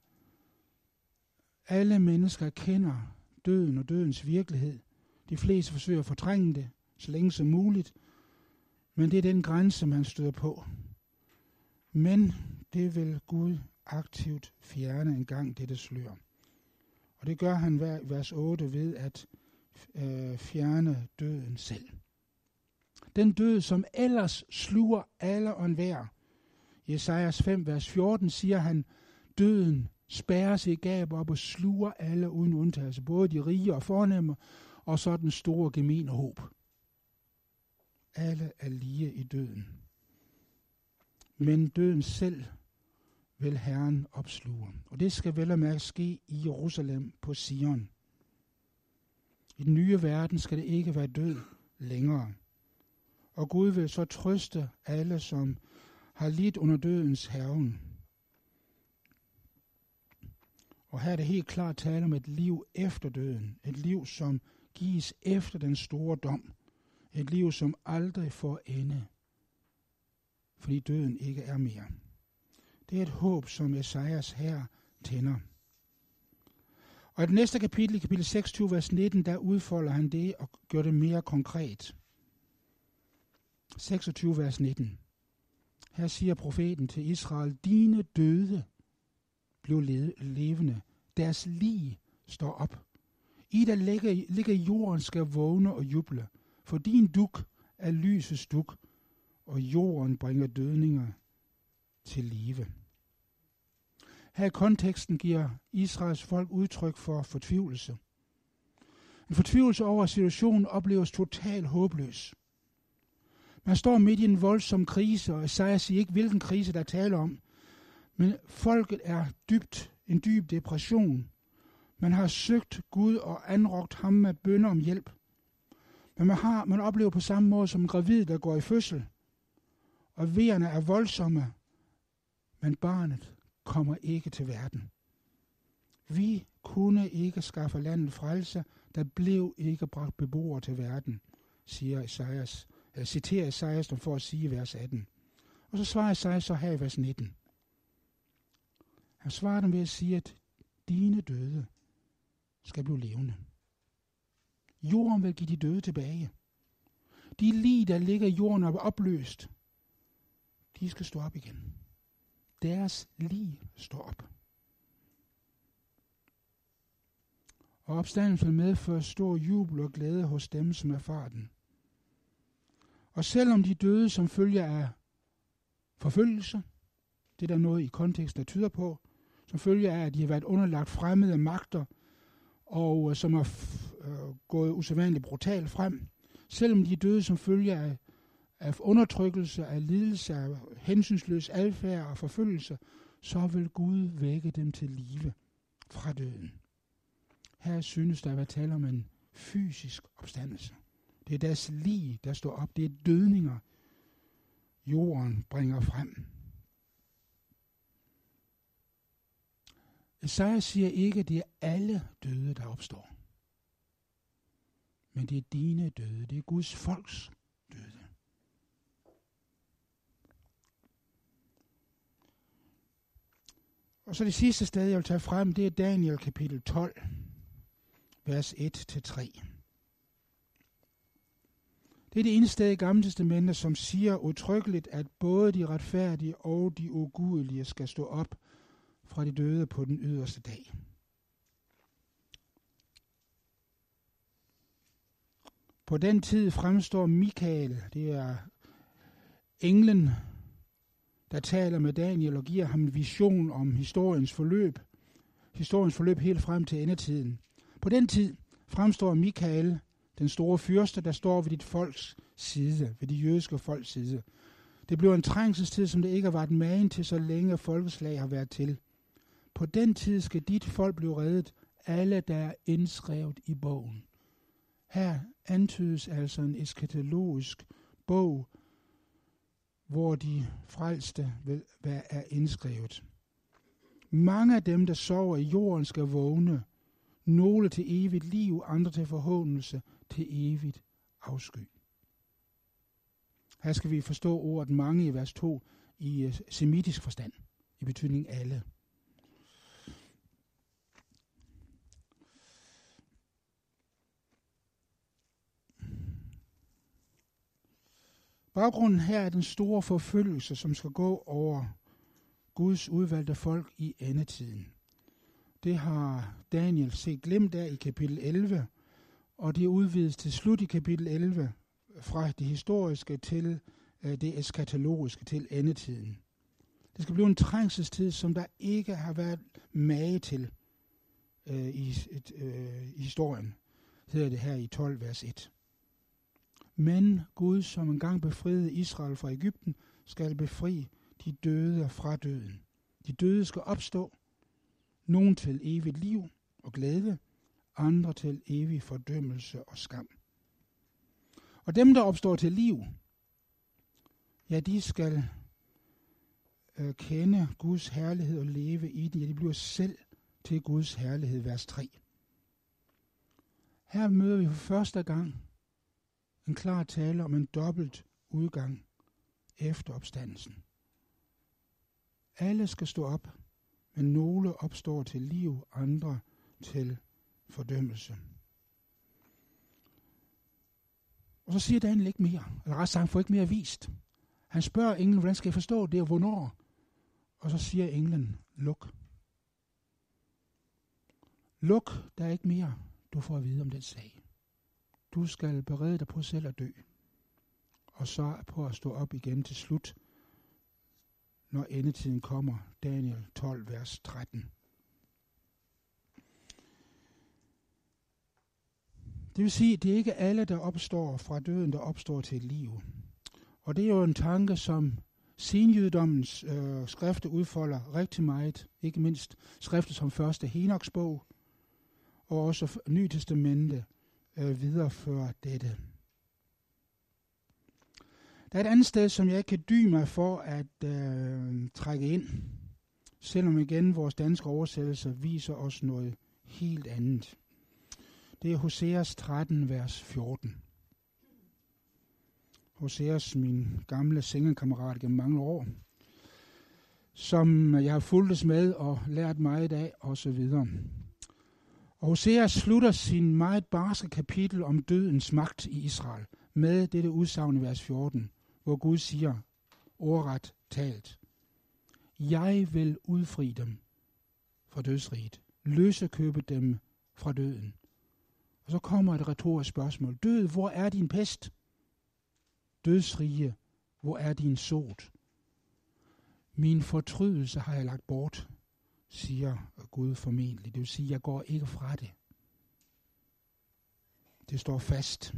Alle mennesker kender døden og dødens virkelighed. De fleste forsøger at fortrænge det så længe som muligt, men det er den grænse, man støder på. Men det vil Gud aktivt fjerne en gang, dette slør. Og det gør han vers 8 ved at fjerne døden selv. Den død, som ellers sluger alle og enhver. I Esajas 5, vers 14 siger han, døden spærrer sig i gab op og sluger alle uden undtagelse, både de rige og fornemme, og så den store gemene håb. Alle er lige i døden. Men døden selv vil Herren opsluge. Og det skal vel og mærke ske i Jerusalem på Sion. I den nye verden skal det ikke være død længere. Og Gud vil så trøste alle, som har lidt under dødens hærgen. Og her er det helt klart tale om et liv efter døden. Et liv, som gives efter den store dom. Et liv, som aldrig får ende. Fordi døden ikke er mere. Det er et håb, som Esajas her tænder. Og i det næste kapitel, i kapitel 26, vers 19, der udfolder han det og gør det mere konkret. 26, vers 19. Her siger profeten til Israel, dine døde blev levende, deres lig står op. I der ligger jorden skal vågne og juble, for din dug er lysets dug, og jorden bringer dødninger til live. Her i konteksten giver Israels folk udtryk for fortvivlelse. En fortvivlelse over, at situationen opleves totalt håbløs. Man står midt i en voldsom krise, og Esajas siger ikke, hvilken krise der taler om. Men folket er en dyb depression. Man har søgt Gud og anråbt ham med bønner om hjælp. Men man oplever på samme måde som en gravid, der går i fødsel. Og vejerne er voldsomme, men barnet kommer ikke til verden. Vi kunne ikke skaffe landet frelse, der blev ikke bragt beboere til verden, citerer Esajas for at sige i vers 18. Og så svarer Esajas så her i vers 19. Han svarer dem ved at sige, at dine døde skal blive levende. Jorden vil give de døde tilbage. De lig, der ligger i jorden og er opløst, de skal stå op igen. Deres lig står op. Og opstandelsen vil medføre stor jubel og glæde hos dem, som erfarer den. Og selvom de døde som følge af forfølgelse, det er der noget i konteksten, der tyder på, som følge af, at de har været underlagt fremmede magter, og som har gået usædvanligt brutalt frem, selvom de døde som følge af undertrykkelse, af lidelse, af hensynsløs adfærd og forfølgelse, så vil Gud vække dem til live fra døden. Her synes der at være tale om en fysisk opstandelse. Det er deres lig, der står op. Det er dødninger, jorden bringer frem. Esajas siger ikke, at det er alle døde, der opstår. Men det er dine døde. Det er Guds folks døde. Og så det sidste sted, jeg vil tage frem, det er Daniel kapitel 12, vers 1-3. Det er det eneste sted i Gamle Testamentet, som siger udtrykkeligt, at både de retfærdige og de ugudelige skal stå op fra de døde på den yderste dag. På den tid fremstår Mikael, det er englen, der taler med Daniel og giver ham en vision om historiens forløb helt frem til endetiden. På den tid fremstår Mikael, den store fyrste, der står ved dit folks side, ved de jødiske folks side. Det bliver en trængselstid, som det ikke har været magen til, så længe folkeslag har været til. På den tid skal dit folk blive reddet, alle der er indskrevet i bogen. Her antydes altså en eskatologisk bog, hvor de frelste er indskrevet. Mange af dem, der sover i jorden, skal vågne. Nogle til evigt liv, andre til forhåndelse, til evigt afsky. Her skal vi forstå ordet mange i vers 2 i semitisk forstand, i betydning alle. Baggrunden her er den store forfølgelse, som skal gå over Guds udvalgte folk i endetiden. Det har Daniel set glimt af i kapitel 11, og det udvides til slut i kapitel 11 fra det historiske til det eskatologiske til endetiden. Det skal blive en trængselstid, som der ikke har været mage til i historien, hedder det her i 12 vers 1. Men Gud, som engang befriede Israel fra Egypten, skal befri de døde fra døden. De døde skal opstå, nogen til evigt liv og glæde, andre til evig fordømmelse og skam. Og dem, der opstår til liv, ja, de skal kende Guds herlighed og leve i den. Ja, de bliver selv til Guds herlighed, vers 3. Her møder vi for første gang en klar tale om en dobbelt udgang efter opstandelsen. Alle skal stå op, men nogle opstår til liv, andre til fordømmelse. Og så siger Daniel ikke mere, eller ret sagt, han får ikke mere vist. Han spørger englen, hvordan skal jeg forstå det, og hvornår? Og så siger englen, luk. Luk, der er ikke mere, du får at vide om den sag. Du skal berede dig på selv at dø, og så på at stå op igen til slut, når endetiden kommer. Daniel 12, vers 13. Det vil sige, at det er ikke alle, der opstår fra døden, der opstår til et liv. Og det er jo en tanke, som senjødedommens skrifter udfolder rigtig meget. Ikke mindst skrifter som første Henoks bog, og også Nye Testamente viderefører dette. Der er et andet sted, som jeg ikke kan dy mig for at trække ind, selvom igen vores danske oversættelser viser os noget helt andet. Det er Hoseas 13, vers 14. Hoseas, min gamle sengekammerat gennem mange år, som jeg har fulgtes med og lært meget af, osv. Og Hoseas slutter sin meget barske kapitel om dødens magt i Israel med dette udsagn i vers 14, hvor Gud siger, ordret talt, jeg vil udfri dem fra dødsriget, løsekøbe dem fra døden. Og så kommer et retorisk spørgsmål. Død, hvor er din pest? Dødsrige, hvor er din sot? Min fortrydelse har jeg lagt bort, siger Gud formentlig. Det vil sige, jeg går ikke fra det. Det står fast.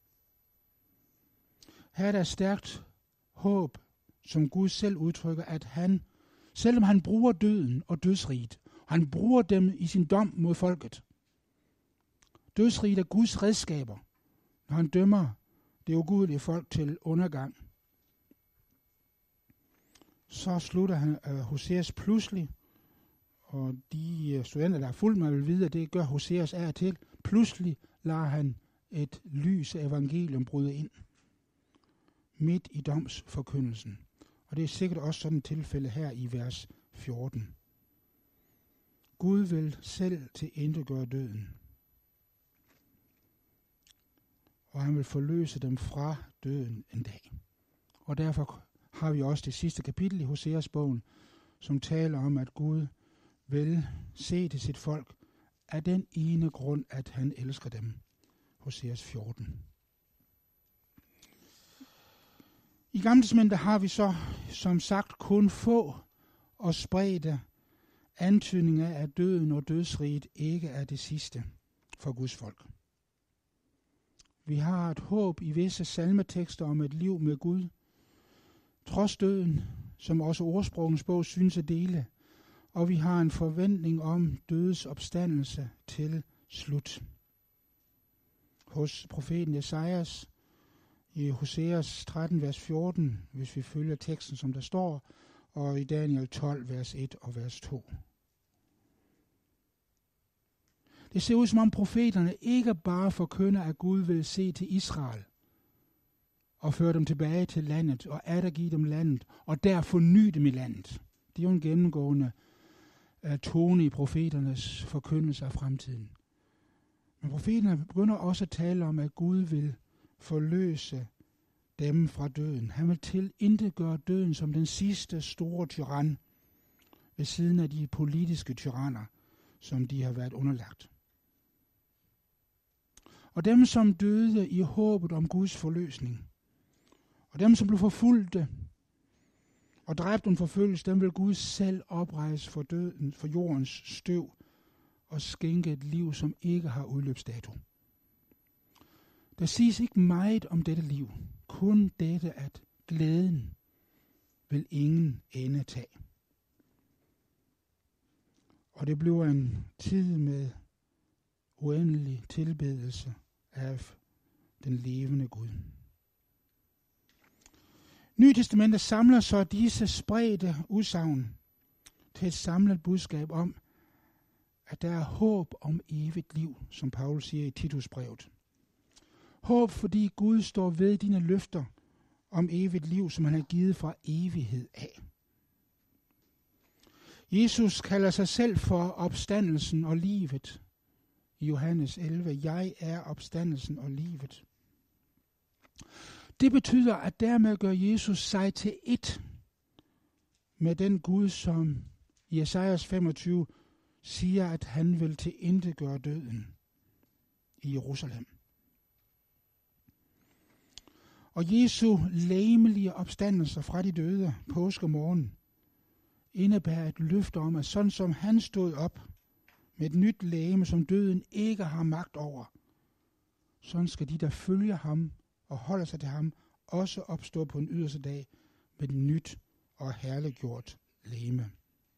Her er der stærkt håb, som Gud selv udtrykker, at han, selvom han bruger døden og dødsriget, han bruger dem i sin dom mod folket. Dødsriget er Guds redskaber, når han dømmer det ugudelige folk til undergang. Så slutter han Hoseas pludselig, og de studenter, der er fuldt med, vil vide, at det gør Hoseas af og til. Pludselig lader han et lys af evangelium bryde ind, midt i domsforkyndelsen. Og det er sikkert også sådan et tilfælde her i vers 14. Gud vil selv tilintetgøre døden. og han vil forløse dem fra døden en dag. Og derfor har vi også det sidste kapitel i Hoseas bogen, som taler om, at Gud vil se til sit folk af den ene grund, at han elsker dem. Hoseas 14. I Gamle Testamentet har vi så, som sagt, kun få og spredte antydninger af, at døden og dødsriget ikke er det sidste for Guds folk. Vi har et håb i visse salmetekster om et liv med Gud, trods døden, som også Ordsprogenes bog synes at dele, og vi har en forventning om dødes opstandelse til slut. Hos profeten Esajas i Hoseas 13, vers 14, hvis vi følger teksten, som der står, og i Daniel 12, vers 1 og vers 2. Det ser ud, som om profeterne ikke bare forkynder, at Gud vil se til Israel og føre dem tilbage til landet og attergive dem landet og der forny dem i landet. Det er jo en gennemgående tone i profeternes forkyndelse af fremtiden. Men profeterne begynder også at tale om, at Gud vil forløse dem fra døden. Han vil tilintetgøre døden som den sidste store tyran ved siden af de politiske tyranner, som de har været underlagt. Og dem, som døde i håbet om Guds forløsning, og dem, som blev forfulgte og dræbt under forfølgelse, dem vil Gud selv oprejse for døden, for jordens støv, og skænke et liv, som ikke har udløbsdato. Der siges ikke meget om dette liv, kun dette, at glæden vil ingen ende tage. Og det bliver en tid med uendelig tilbedelse af den levende Gud. Nye Testamentet samler så disse spredte udsagn til et samlet budskab om, at der er håb om evigt liv, som Paulus siger i Titusbrevet. Håb, fordi Gud står ved dine løfter om evigt liv, som han har givet fra evighed af. Jesus kalder sig selv for opstandelsen og livet. I Johannes 11, jeg er opstandelsen og livet. Det betyder, at dermed gør Jesus sig til ét med den Gud, som i Esajas 25 siger, at han vil tilintetgøre døden i Jerusalem. Og Jesu legemlige opstandelser fra de døde påskemorgen indebærer et løfte om, at sådan som han stod op med et nyt legeme, som døden ikke har magt over, sådan skal de, der følger ham og holder sig til ham, også opstå på en yderste dag med et nyt og herliggjort legeme.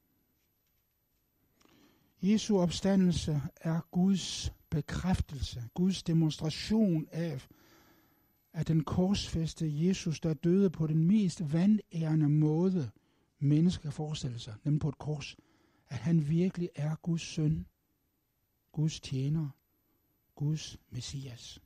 Jesu opstandelse er Guds bekræftelse, Guds demonstration af, at den korsfæstede Jesus, der døde på den mest vandærende måde, mennesker kan forestille sig, nemlig på et kors, at han virkelig er Guds søn, Guds tjener, Guds Messias.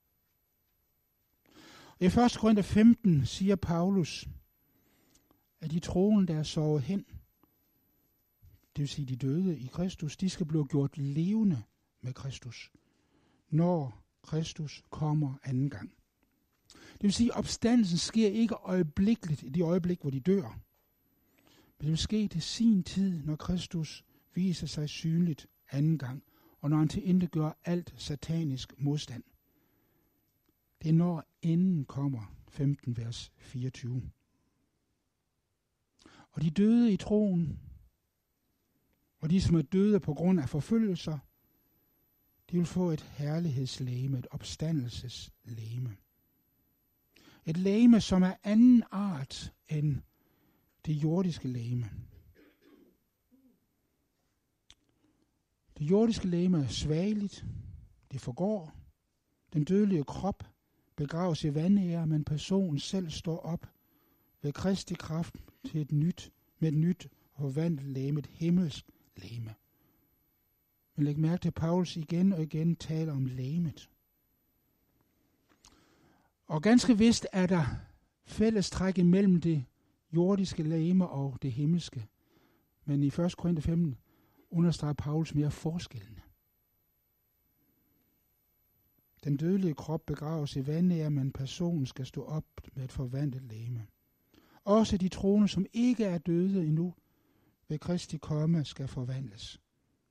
I 1. Korinther 15 siger Paulus, at de troende, der er sovet hen, det vil sige de døde i Kristus, de skal blive gjort levende med Kristus, når Kristus kommer anden gang. Det vil sige, at opstandelsen sker ikke øjeblikkeligt i det øjeblik, hvor de dør. Men det vil ske til sin tid, når Kristus viser sig synligt anden gang, og når han tilintetgør alt satanisk modstand. Det er når enden kommer, 15 vers 24. Og de døde i troen, og de som er døde på grund af forfølgelser, de vil få et herlighedslegeme, et opstandelseslegeme. Et legeme, som er anden art end det jordiske legeme. Det jordiske legeme er svageligt, det forgår. Den dødelige krop begraves i vandære, men personen selv står op ved Kristi kraft til med et nyt og forvandlet legeme, et himmelsk legeme. Men læg mærke til, at Paulus igen og igen taler om legemet. Og ganske vist er der fællestræk imellem det jordiske legeme og det himmelske. Men i 1. Korinther 15 understreger Paulus mere forskellene. Den dødelige krop begraves i vandære, men personen skal stå op med et forvandlet legeme. Også de troende, som ikke er døde endnu, ved Kristi komme skal forvandles.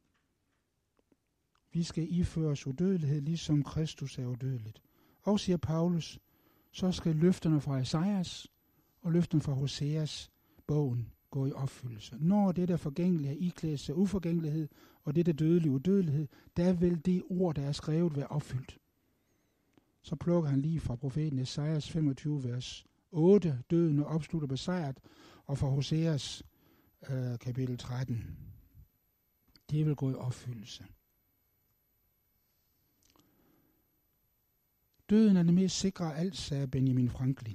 Vi skal iføres udødelighed, ligesom Kristus er udødeligt. Og siger Paulus, så skal løfterne fra Esajas og løfterne fra Hoseas bogen gå i opfyldelse. Når det der forgængelige er iklædt sig uforgængelighed, og det der dødelige udødelighed, der vil det ord, der er skrevet, være opfyldt. Så plukker han lige fra profeten Esajas 25, vers 8, døden er opslutter besejret, og fra Hoseas kapitel 13. Det vil gå i opfyldelse. Døden er det mest sikre af alt, sagde Benjamin Franklin.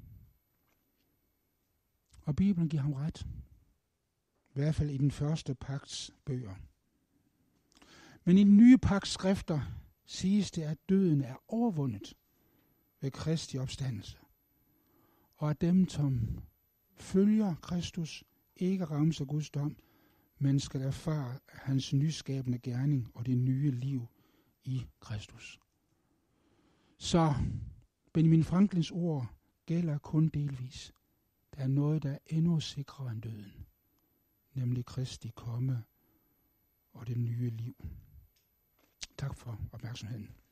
Og Bibelen giver ham ret. I hvert fald i den første pagts bøger. Men i den nye pagts skrifter siges det, at døden er overvundet ved Kristi opstandelse. Og at dem, som følger Kristus, ikke rammes af Guds dom, men skal erfare hans nyskabende gerning og det nye liv i Kristus. Så Benjamin Franklins ord gælder kun delvis. Der er noget, der er endnu sikrere end døden, nemlig Kristi komme og det nye liv. Tak for opmærksomheden.